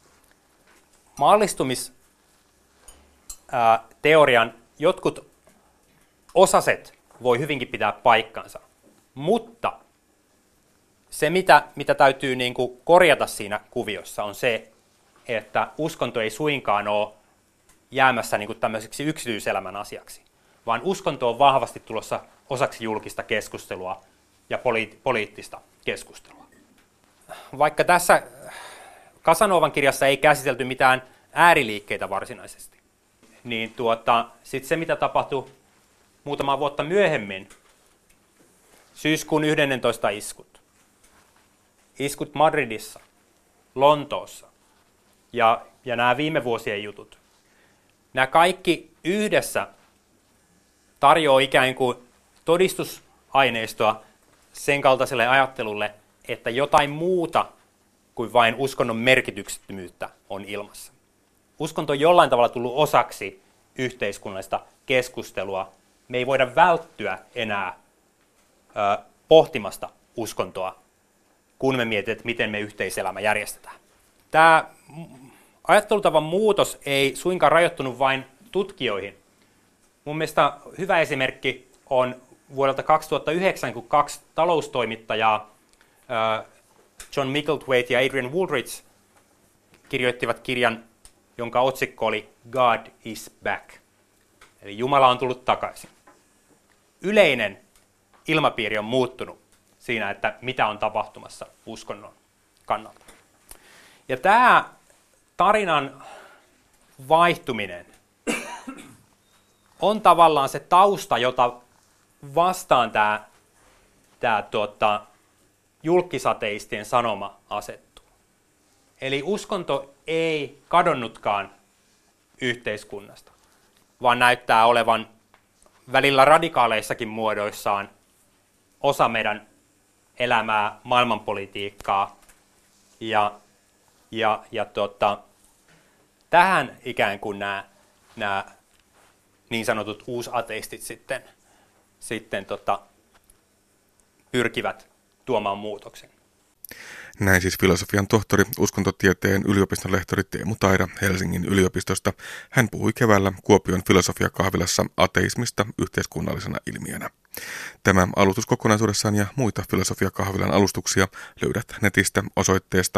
S5: maallistumisteorian jotkut osaset voi hyvinkin pitää paikkansa, mutta se, mitä täytyy niin kuin korjata siinä kuviossa, on se, että uskonto ei suinkaan ole jäämässä niin kuin tämmöiseksi yksityiselämän asiaksi, vaan uskonto on vahvasti tulossa osaksi julkista keskustelua ja poliittista keskustelua. Vaikka tässä Casanovan kirjassa ei käsitelty mitään ääriliikkeitä varsinaisesti, niin sitten se, mitä tapahtui muutama vuotta myöhemmin, syyskuun 11 iskut Madridissa, Lontoossa ja nämä viime vuosien jutut, nämä kaikki yhdessä tarjoaa ikään kuin todistusaineistoa sen kaltaiselle ajattelulle, että jotain muuta kuin vain uskonnon merkityksettömyyttä on ilmassa. Uskonto on jollain tavalla tullut osaksi yhteiskunnallista keskustelua. Me ei voida välttyä enää pohtimasta uskontoa, kun me mietitään, että miten me yhteiselämä järjestetään. Tämä ajattelutavan muutos ei suinkaan rajoittunut vain tutkijoihin. Mun mielestä hyvä esimerkki on vuodelta 2009, kun 2 taloustoimittajaa, John Micklethwaite ja Adrian Wooldridge, kirjoittivat kirjan, jonka otsikko oli God is back. Eli Jumala on tullut takaisin. Yleinen ilmapiiri on muuttunut siinä, että mitä on tapahtumassa uskonnon kannalta. Ja tämä tarinan vaihtuminen on tavallaan se tausta, jota vastaan tämä julkisateistien sanoma asettuu. Eli uskonto ei kadonnutkaan yhteiskunnasta, vaan näyttää olevan välillä radikaaleissakin muodoissaan osa meidän elämää, maailmanpolitiikkaa tähän ikään kuin nämä niin sanotut uusateistit sitten pyrkivät tuomaan muutoksen.
S2: Näin siis filosofian tohtori, uskontotieteen yliopiston lehtori Teemu Taira Helsingin yliopistosta. Hän puhui keväällä Kuopion filosofiakahvilassa ateismista yhteiskunnallisena ilmiönä. Tämä alustus kokonaisuudessaan ja muita filosofiakahvilan alustuksia löydät netistä osoitteesta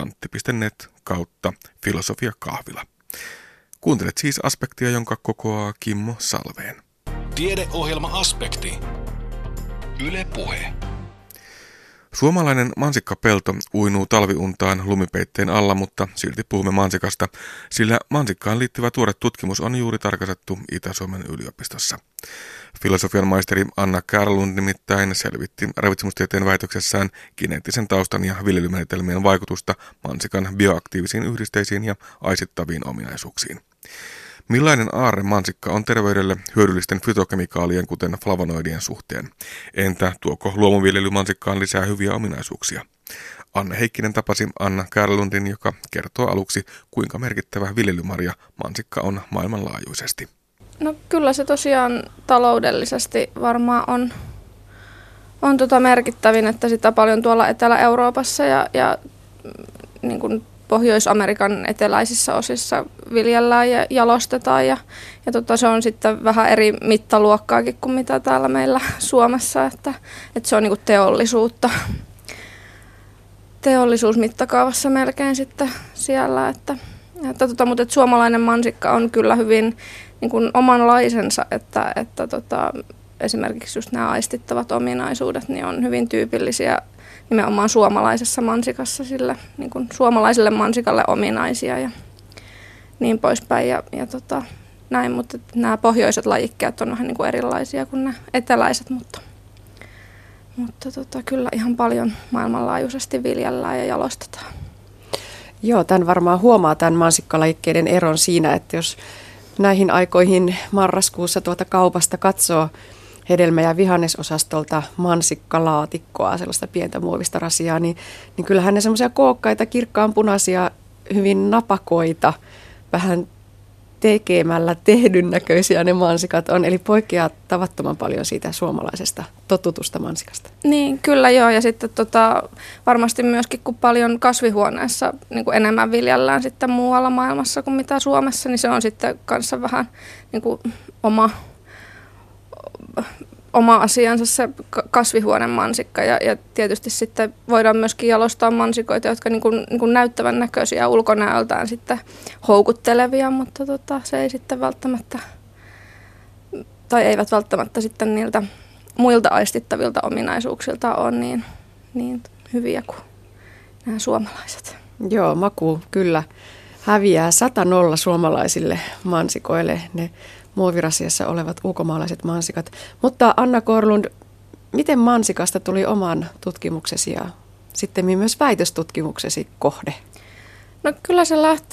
S2: kantti.net/filosofiakahvila. Kuuntelet siis Aspektia, jonka kokoaa Kimmo Salveen.
S1: Tiedeohjelma Aspekti. Yle Puhe.
S2: Suomalainen mansikkapelto uinuu talviuntaan lumipeitteen alla, mutta silti puhumme mansikasta, sillä mansikkaan liittyvä tuore tutkimus on juuri tarkastettu Itä-Suomen yliopistossa. Filosofian maisteri Anna Kärlund nimittäin selvitti ravitsemustieteen väitöksessään geneettisen taustan ja viljelymenetelmien vaikutusta mansikan bioaktiivisiin yhdisteisiin ja aistittaviin ominaisuuksiin. Millainen aarre mansikka on terveydelle hyödyllisten fytokemikaalien, kuten flavonoidien suhteen? Entä tuoko luomuviljely mansikkaan lisää hyviä ominaisuuksia? Anne Heikkinen tapasi Anna Kärlundin, joka kertoo aluksi, kuinka merkittävä viljelymarja mansikka on maailmanlaajuisesti.
S6: No kyllä se tosiaan taloudellisesti varmaan on merkittävin, että sitä paljon tuolla Etelä-Euroopassa ja niin kuin Pohjois-Amerikan eteläisissä osissa viljellään ja jalostetaan ja se on sitten vähän eri mittaluokkaakin kuin mitä täällä meillä Suomessa, että se on niin kuin teollisuutta. Teollisuusmittakaavassa melkein sitten siellä, mutta suomalainen mansikka on kyllä hyvin niin kuin omanlaisensa, että esimerkiksi just nämä aistittavat ominaisuudet niin on hyvin tyypillisiä nimenomaan suomalaisessa mansikassa sille niin kuin suomalaiselle mansikalle ominaisia ja niin poispäin ja näin, mutta nämä pohjoiset lajikkeet on vähän niin kuin erilaisia kuin nämä eteläiset, mutta kyllä ihan paljon maailmanlaajuisesti viljellään ja jalostetaan.
S4: Joo, tämän varmaan huomaa tämän mansikkalajikkeiden eron siinä, että jos näihin aikoihin marraskuussa tuota kaupasta katsoo hedelmä- ja vihannesosastolta mansikkalaatikkoa, sellaista pientä muovista rasiaa, niin kyllähän ne semmoisia kookkaita, kirkkaanpunaisia, hyvin napakoita, vähän tekemällä tehdyn näköisiä ne mansikat on, eli poikkeaa tavattoman paljon siitä suomalaisesta totutusta mansikasta.
S6: Niin, kyllä joo, ja sitten varmasti myöskin, kun paljon kasvihuoneessa niin kuin enemmän viljellään sitten muualla maailmassa kuin mitä Suomessa, niin se on sitten kanssa vähän niin kuin oma asiansa se kasvihuonemansikka ja tietysti sitten voidaan myöskin jalostaa mansikoita, jotka niin kuin näyttävän näköisiä ulkonäöltään sitten houkuttelevia, mutta se ei sitten välttämättä, tai eivät välttämättä sitten niiltä muilta aistittavilta ominaisuuksilta ole niin hyviä kuin nämä suomalaiset.
S4: Joo, maku kyllä häviää 100-0 suomalaisille mansikoille ne muovirasiassa olevat ulkomaalaiset mansikat. Mutta Anna Kärlund, miten mansikasta tuli oman tutkimuksesi ja sitten myös väitöstutkimuksesi kohde?
S6: No kyllä se lähti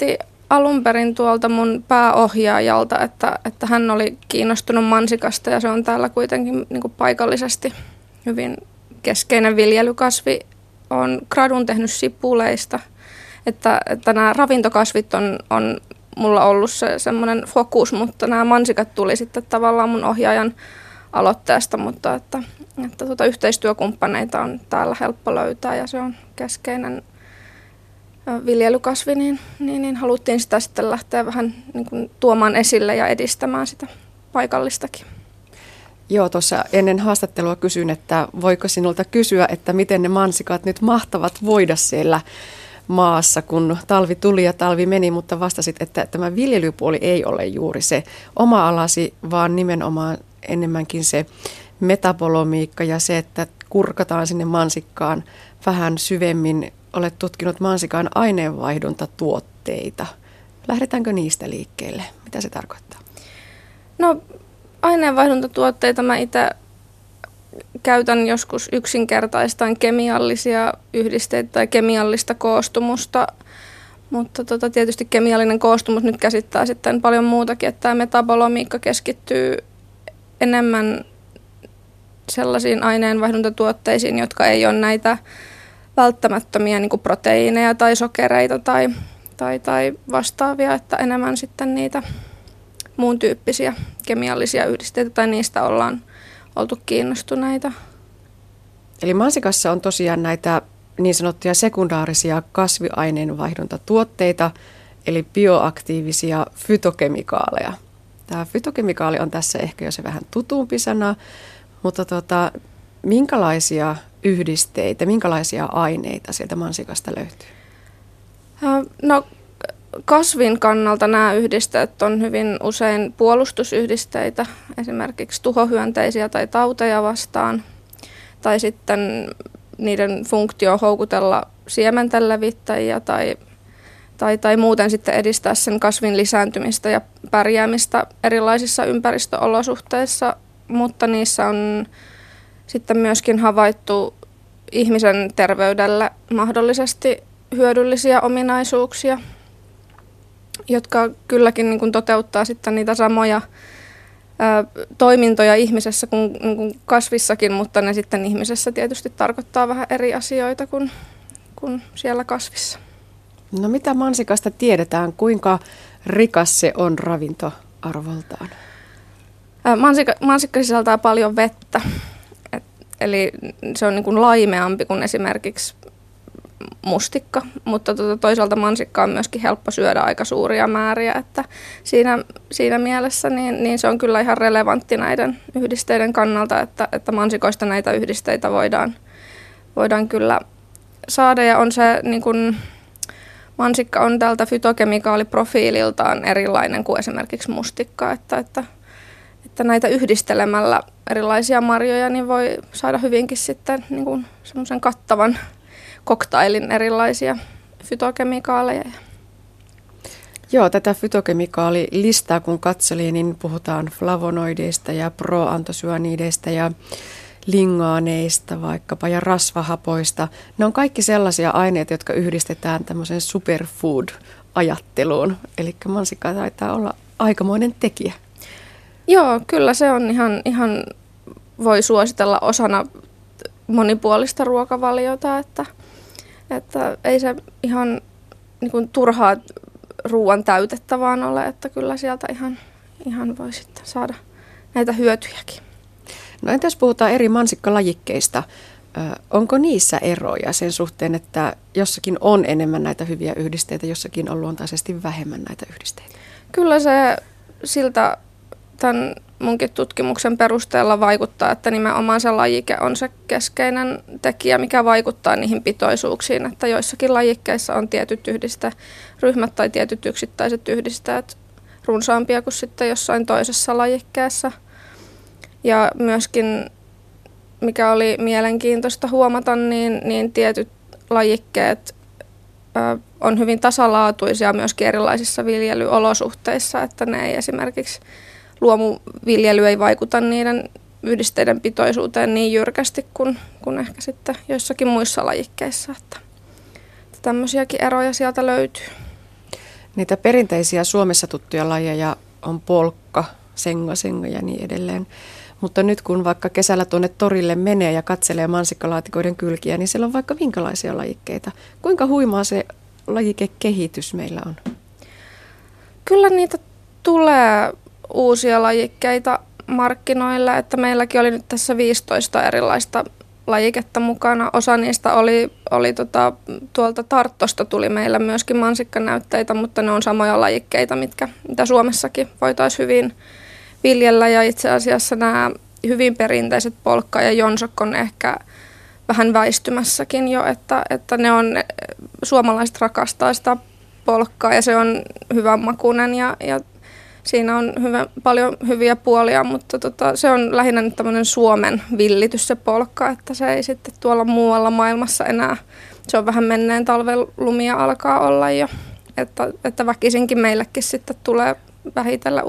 S6: alun perin tuolta mun pääohjaajalta, että hän oli kiinnostunut mansikasta ja se on täällä kuitenkin niin kuin paikallisesti hyvin keskeinen viljelykasvi. Olen gradun tehnyt sipuleista, että nämä ravintokasvit on mulla ollut se semmoinen fokus, mutta nämä mansikat tuli sitten tavallaan mun ohjaajan aloitteesta, mutta että yhteistyökumppaneita on täällä helppo löytää ja se on keskeinen viljelykasvi, niin haluttiin sitä sitten lähteä vähän niin kuin tuomaan esille ja edistämään sitä paikallistakin.
S4: Joo, tuossa ennen haastattelua kysyin, että voiko sinulta kysyä, että miten ne mansikat nyt mahtavat voida siellä maassa, kun talvi tuli ja talvi meni, mutta vastasit, että tämä viljelypuoli ei ole juuri se oma alasi, vaan nimenomaan enemmänkin se metabolomiikka ja se, että kurkataan sinne mansikkaan vähän syvemmin. Olet tutkinut mansikan aineenvaihduntatuotteita. Lähdetäänkö niistä liikkeelle? Mitä se tarkoittaa?
S6: No, aineenvaihduntatuotteita mä itse käytän joskus yksinkertaistaan kemiallisia yhdisteitä tai kemiallista koostumusta, mutta tietysti kemiallinen koostumus nyt käsittää sitten paljon muutakin, että tämä metabolomiikka keskittyy enemmän sellaisiin aineenvaihduntatuotteisiin, jotka ei ole näitä välttämättömiä niin kuin proteiineja tai sokereita tai vastaavia, että enemmän sitten niitä muun tyyppisiä kemiallisia yhdisteitä tai niistä ollaan oltu kiinnostuneita.
S4: Eli mansikassa on tosiaan näitä niin sanottuja sekundaarisia kasviaineenvaihduntatuotteita, eli bioaktiivisia fytokemikaaleja. Tämä fytokemikaali on tässä ehkä jo se vähän tutumpi sana, mutta minkälaisia yhdisteitä, minkälaisia aineita sieltä mansikasta löytyy?
S6: No, kasvin kannalta nämä yhdisteet on hyvin usein puolustusyhdisteitä, esimerkiksi tuhohyönteisiä tai tauteja vastaan, tai sitten niiden funktio houkutella siementen levittäjiä tai muuten sitten edistää sen kasvin lisääntymistä ja pärjäämistä erilaisissa ympäristöolosuhteissa, mutta niissä on sitten myöskin havaittu ihmisen terveydelle mahdollisesti hyödyllisiä ominaisuuksia, jotka kylläkin niin kuin toteuttaa sitten niitä samoja toimintoja ihmisessä kuin kasvissakin, mutta ne sitten ihmisessä tietysti tarkoittaa vähän eri asioita kuin siellä kasvissa.
S4: No mitä mansikasta tiedetään? Kuinka rikas se on ravintoarvoltaan?
S6: Mansikka sisältää paljon vettä, eli se on niin kuin laimeampi kuin esimerkiksi mustikka, mutta toisaalta mansikka on myöskin helppo syödä aika suuria määriä, että siinä mielessä niin se on kyllä ihan relevantti näiden yhdisteiden kannalta, että mansikoista näitä yhdisteitä voidaan kyllä saada ja on se niin kuin, mansikka on tältä fytokemikaaliprofiililtaan erilainen kuin esimerkiksi mustikka, että näitä yhdistelemällä erilaisia marjoja niin voi saada hyvinkin sitten niin kuin semmoisen kattavan koktailin erilaisia fytokemikaaleja.
S4: Joo, tätä fytokemikaalilistaa kun katseli, niin puhutaan flavonoideista ja proantosyaanideista ja lingaaneista vaikkapa ja rasvahapoista. Ne on kaikki sellaisia aineita, jotka yhdistetään tämmöiseen superfood-ajatteluun. Eli mansikka taitaa olla aikamoinen tekijä.
S6: Joo, kyllä se on ihan voi suositella osana monipuolista ruokavaliota, että ei se ihan niin kuin turhaa ruoan täytettä vaan ole, että kyllä sieltä ihan voi sitten saada näitä hyötyjäkin.
S4: No entäs puhutaan eri mansikkalajikkeista? Onko niissä eroja sen suhteen, että jossakin on enemmän näitä hyviä yhdisteitä, jossakin on luontaisesti vähemmän näitä yhdisteitä?
S6: Kyllä se siltä tämän munkin tutkimuksen perusteella vaikuttaa, että nimenomaan se lajike on se keskeinen tekijä, mikä vaikuttaa niihin pitoisuuksiin, että joissakin lajikkeissa on tietyt yhdisteryhmät tai tietyt yksittäiset yhdisteet runsaampia kuin sitten jossain toisessa lajikkeessa. Ja myöskin, mikä oli mielenkiintoista huomata, niin tietyt lajikkeet on hyvin tasalaatuisia myöskin erilaisissa viljelyolosuhteissa, että ne ei esimerkiksi luomuviljely ei vaikuta niiden yhdisteiden pitoisuuteen niin jyrkästi kuin ehkä sitten joissakin muissa lajikkeissa, että tämmöisiäkin eroja sieltä löytyy.
S4: Niitä perinteisiä Suomessa tuttuja lajeja on polkka, senga ja niin edelleen. Mutta nyt kun vaikka kesällä tuonne torille menee ja katselee mansikkalaatikoiden kylkiä, niin siellä on vaikka minkälaisia lajikkeita. Kuinka huimaa se lajikekehitys meillä on?
S6: Kyllä niitä tulee uusia lajikkeita markkinoille, että meilläkin oli nyt tässä 15 erilaista lajiketta mukana. Osa niistä oli tuolta Tartosta tuli meillä myöskin mansikkanäytteitä, mutta ne on samoja lajikkeita, mitä Suomessakin voitaisiin hyvin viljellä. Ja itse asiassa nämä hyvin perinteiset polkka ja jonsok on ehkä vähän väistymässäkin jo, että ne on, suomalaiset rakastaa sitä polkkaa ja se on hyvän makuinen ja siinä on paljon hyviä puolia, mutta se on lähinnä nyt tämmöinen Suomen villitys se polkka, että se ei sitten tuolla muualla maailmassa enää, se on vähän menneen talven lumia alkaa olla jo, että väkisinkin meillekin sitten tulee vähitellä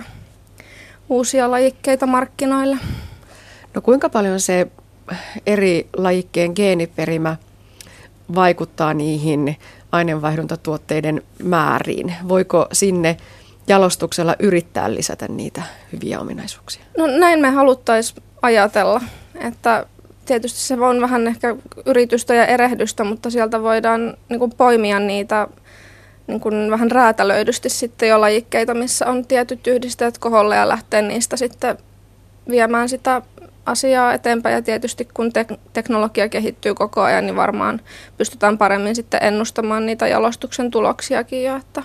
S6: uusia lajikkeita markkinoille.
S4: No kuinka paljon se eri lajikkeen geeniperimä vaikuttaa niihin aineenvaihduntatuotteiden määriin? Voiko sinne jalostuksella yrittää lisätä niitä hyviä ominaisuuksia? No
S6: näin me haluttaisiin ajatella, että tietysti se on vähän ehkä yritystä ja erehdystä, mutta sieltä voidaan niin kuin poimia niitä niin kuin vähän räätälöidysti sitten jo lajikkeita, missä on tietyt yhdisteet koholle ja lähteä niistä sitten viemään sitä asiaa eteenpäin. Ja tietysti kun teknologia kehittyy koko ajan, niin varmaan pystytään paremmin sitten ennustamaan niitä jalostuksen tuloksiakin jo, että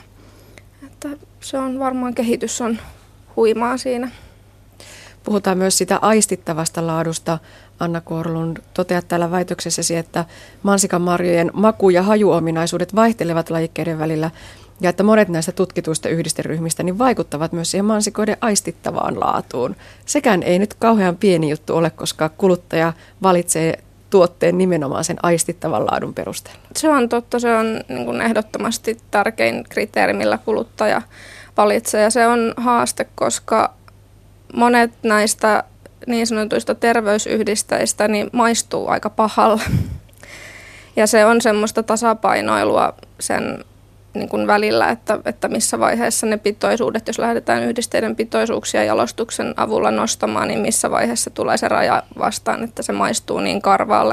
S6: se on varmaan kehitys on huimaa siinä.
S4: Puhutaan myös sitä aistittavasta laadusta. Anna Korlund, toteat täällä väitöksessäsi, että mansikanmarjojen maku- ja hajuominaisuudet vaihtelevat lajikkeiden välillä ja että monet näistä tutkituista yhdisteryhmistä niin vaikuttavat myös siihen mansikoiden aistittavaan laatuun. Sekään ei nyt kauhean pieni juttu ole, koska kuluttaja valitsee tuotteen nimenomaan sen aistittavan laadun perusteella.
S6: Se on totta, se on niin kuin ehdottomasti tärkein kriteeri, millä kuluttaja valitsee ja se on haaste, koska monet näistä niin sanotuista terveysyhdisteistä niin maistuu aika pahalle. Ja se on semmoista tasapainoilua sen niin kuin välillä, että missä vaiheessa ne pitoisuudet, jos lähdetään yhdisteiden pitoisuuksia jalostuksen avulla nostamaan, niin missä vaiheessa tulee se raja vastaan, että se maistuu niin karvaalle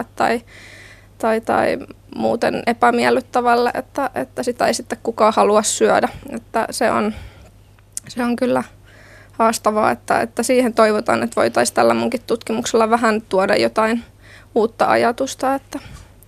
S6: tai muuten epämiellyttävälle, että sitä ei sitten kukaan halua syödä. Että se on kyllä haastavaa, että siihen toivotaan, että voitaisiin tällä munkin tutkimuksella vähän tuoda jotain uutta ajatusta, että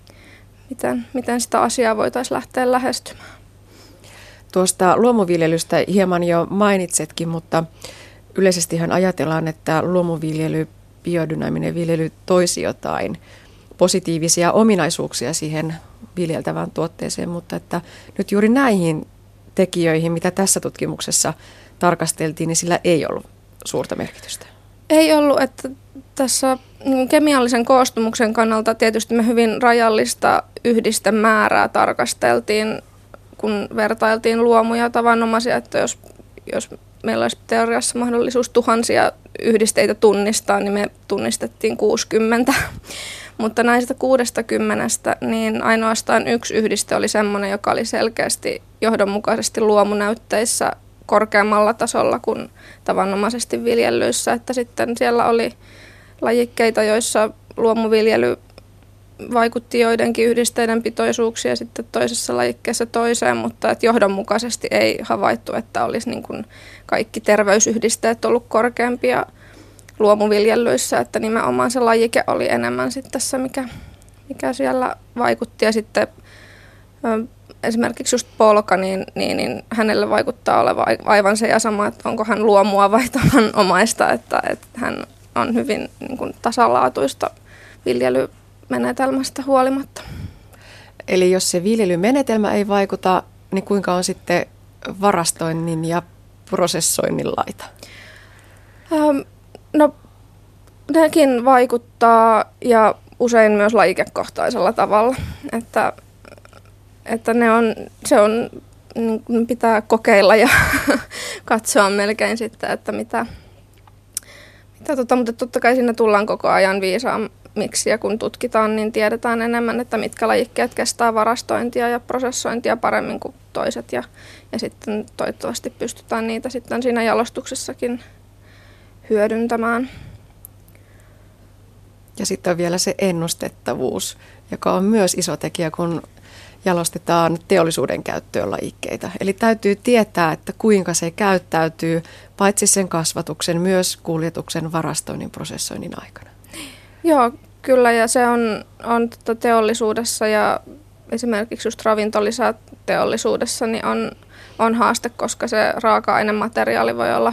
S6: miten sitä asiaa voitaisiin lähteä lähestymään.
S4: Tuosta luomuviljelystä hieman jo mainitsetkin, mutta yleisestihan ajatellaan, että luomuviljely, biodynaaminen viljely toisi jotain positiivisia ominaisuuksia siihen viljeltävään tuotteeseen, mutta että nyt juuri näihin tekijöihin, mitä tässä tutkimuksessa tarkasteltiin, niin sillä ei ollut suurta merkitystä.
S6: Ei ollut, että tässä kemiallisen koostumuksen kannalta tietysti me hyvin rajallista yhdistemäärää tarkasteltiin, kun vertailtiin luomuja tavanomaisia, että jos meillä olisi teoriassa mahdollisuus tuhansia yhdisteitä tunnistaa, niin me tunnistettiin 60. Mutta näistä 60, niin ainoastaan yksi yhdiste oli semmoinen, joka oli selkeästi johdonmukaisesti luomunäytteissä korkeammalla tasolla kuin tavanomaisesti viljellyissä. Että sitten siellä oli lajikkeita, joissa luomuviljely vaikutti joidenkin yhdisteiden pitoisuuksia sitten toisessa lajikkeessa toiseen, mutta että johdonmukaisesti ei havaittu, että olisi niin kuin kaikki terveysyhdisteet ollut korkeampia luomuviljelyissä, että nimenomaan se lajike oli enemmän sitten tässä, mikä siellä vaikutti. Ja sitten esimerkiksi just polka, niin hänelle vaikuttaa olevan aivan se ja sama, että onko hän luomua vai tavanomaista, että hän on hyvin niin kuin tasalaatuista viljelymenetelmästä huolimatta.
S4: Eli jos se viljelymenetelmä ei vaikuta, niin kuinka on sitten varastoinnin ja prosessoinnin laita? No nekin vaikuttaa ja usein myös lajikekohtaisella tavalla, että pitää kokeilla ja katsoa melkein sitten, että mitä mutta totta kai siinä tullaan koko ajan
S6: miksi, ja kun tutkitaan, niin tiedetään enemmän, että mitkä lajikkeet kestää varastointia ja prosessointia paremmin kuin toiset, ja sitten toivottavasti pystytään niitä sitten siinä jalostuksessakin hyödyntämään.
S4: Ja sitten on vielä se ennustettavuus, joka on myös iso tekijä, kun jalostetaan teollisuuden käyttöön lajikkeita. Eli täytyy tietää, että kuinka se käyttäytyy paitsi sen kasvatuksen, myös kuljetuksen, varastoinnin, prosessoinnin aikana.
S6: Joo, kyllä, ja se on teollisuudessa ja esimerkiksi just ravintolisäteollisuudessa niin on haaste, koska se raaka-ainemateriaali voi olla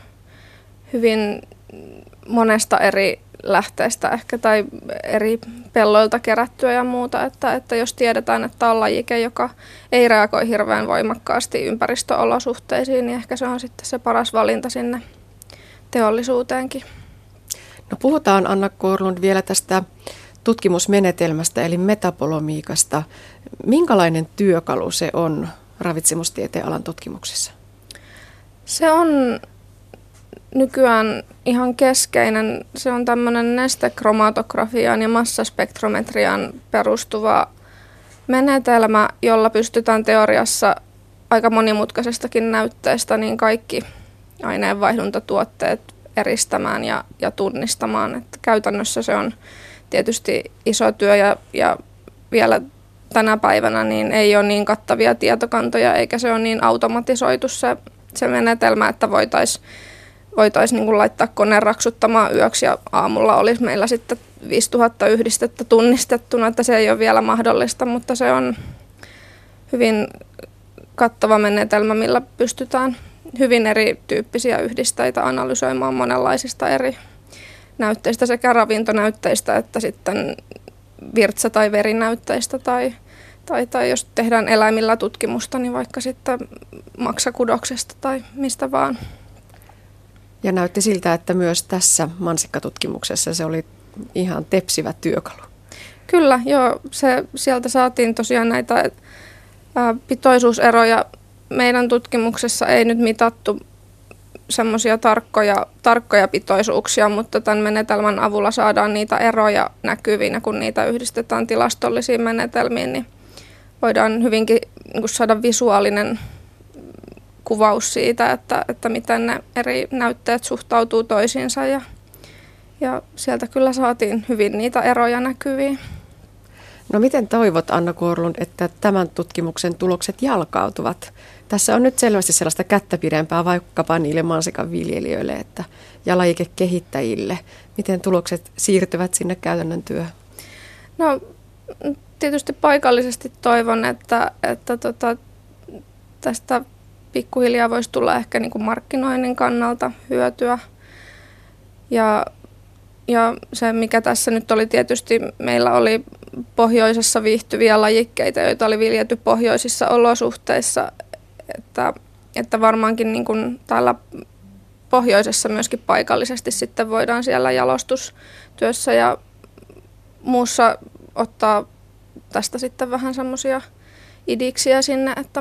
S6: hyvin monesta eri lähteestä ehkä tai eri pelloilta kerättyä ja muuta, että jos tiedetään, että on lajike, joka ei reagoi hirveän voimakkaasti ympäristöolosuhteisiin, niin ehkä se on sitten se paras valinta sinne teollisuuteenkin.
S4: No puhutaan, Anna Korlund, vielä tästä tutkimusmenetelmästä eli metabolomiikasta. Minkälainen työkalu se on ravitsemustieteen alan tutkimuksessa? Se
S6: on nykyään ihan keskeinen. Se on tämmöinen nestekromatografiaan ja massaspektrometriaan perustuva menetelmä, jolla pystytään teoriassa aika monimutkaisestakin näytteestä niin kaikki aineenvaihduntatuotteet eristämään ja tunnistamaan. Että käytännössä se on tietysti iso työ ja vielä tänä päivänä niin ei ole niin kattavia tietokantoja eikä se ole niin automatisoitu se menetelmä, että voitaisiin niin kuin laittaa koneen raksuttamaan yöksi ja aamulla olisi meillä sitten 5000 yhdistettä tunnistettuna, että se ei ole vielä mahdollista, mutta se on hyvin kattava menetelmä, millä pystytään hyvin erityyppisiä yhdisteitä analysoimaan monenlaisista eri näytteistä, sekä ravintonäytteistä että sitten virtsa- tai verinäytteistä tai jos tehdään eläimillä tutkimusta, niin vaikka sitten maksakudoksesta tai mistä vaan.
S4: Ja näytti siltä, että myös tässä mansikkatutkimuksessa se oli ihan tepsivä työkalu.
S6: Kyllä, joo. Sieltä saatiin tosiaan näitä pitoisuuseroja. Meidän tutkimuksessa ei nyt mitattu semmoisia tarkkoja pitoisuuksia, mutta tämän menetelmän avulla saadaan niitä eroja näkyviin, kun niitä yhdistetään tilastollisiin menetelmiin, niin voidaan hyvinkin niin saada visuaalinen kuvaus siitä, että miten ne eri näytteet suhtautuu toisiinsa ja sieltä kyllä saatiin hyvin niitä eroja näkyviin.
S4: No miten toivot, Anna Korlund, että tämän tutkimuksen tulokset jalkautuvat? Tässä on nyt selvästi sellaista kättä pidempää vaikkapa niille mansikan viljelijöille ja lajikekehittäjille. Miten tulokset siirtyvät sinne käytännön työhön?
S6: No tietysti paikallisesti toivon, että tästä pikkuhiljaa voisi tulla ehkä niin kuin markkinoinnin kannalta hyötyä. Ja se, mikä tässä nyt oli tietysti, meillä oli pohjoisessa viihtyviä lajikkeita, joita oli viljelty pohjoisissa olosuhteissa, että varmaankin niin kuin täällä pohjoisessa myöskin paikallisesti sitten voidaan siellä jalostustyössä ja muussa ottaa tästä sitten vähän semmoisia idiksiä sinne, että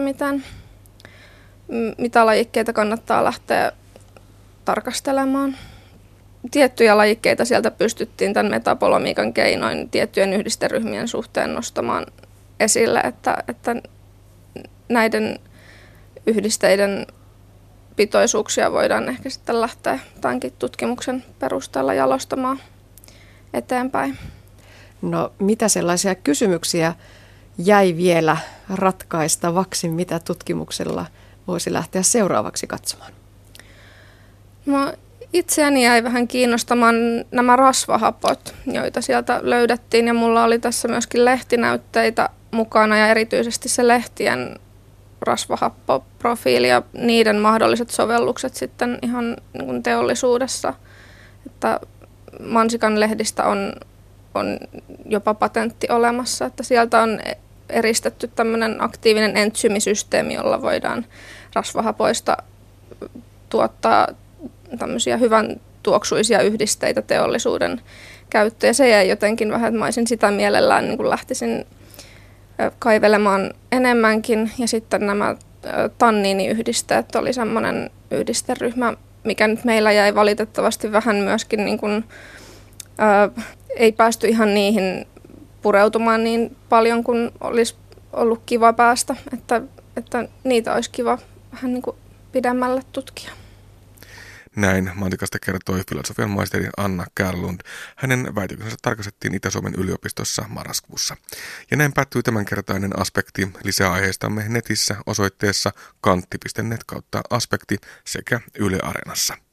S6: mitä lajikkeita kannattaa lähteä tarkastelemaan. Tiettyjä lajikkeita sieltä pystyttiin tämän metabolomiikan keinoin tiettyjen yhdisteryhmien suhteen nostamaan esille, että näiden yhdisteiden pitoisuuksia voidaan ehkä sitten lähteä tämänkin tutkimuksen perusteella jalostamaan eteenpäin.
S4: No mitä sellaisia kysymyksiä jäi vielä ratkaistavaksi, mitä tutkimuksella voisi lähteä seuraavaksi katsomaan?
S6: No, itseäni jäi vähän kiinnostamaan nämä rasvahapot, joita sieltä löydettiin, ja mulla oli tässä myöskin lehtinäytteitä mukana ja erityisesti se lehtien rasvahappoprofiili ja niiden mahdolliset sovellukset sitten ihan niin kuin teollisuudessa. Että mansikan lehdistä on jopa patentti olemassa, että sieltä on eristetty tämmöinen aktiivinen entsyymisysteemi, jolla voidaan rasvahapoista tuottaa tämmöisiä hyvän tuoksuisia yhdisteitä teollisuuden käyttöön. Ja se jäi jotenkin vähän, että mä olisin sitä mielellään niin kun lähtisin kaivelemaan enemmänkin. Ja sitten nämä tanniiniyhdisteet oli semmoinen yhdisteryhmä, mikä nyt meillä jäi valitettavasti vähän myöskin niin kun, ei päästy ihan niihin pureutumaan niin paljon kuin olisi ollut kiva päästä, että niitä olisi kiva vähän niin kuin pidemmälle tutkia.
S2: Näin Mansikasta kertoi filosofian maisteri Anna Kärlund. Hänen väitöksensä tarkastettiin Itä-Suomen yliopistossa marraskuussa. Ja näin päättyy tämänkertainen Aspekti. Lisää aiheistamme netissä osoitteessa kantti.net/aspekti sekä Yle Areenassa.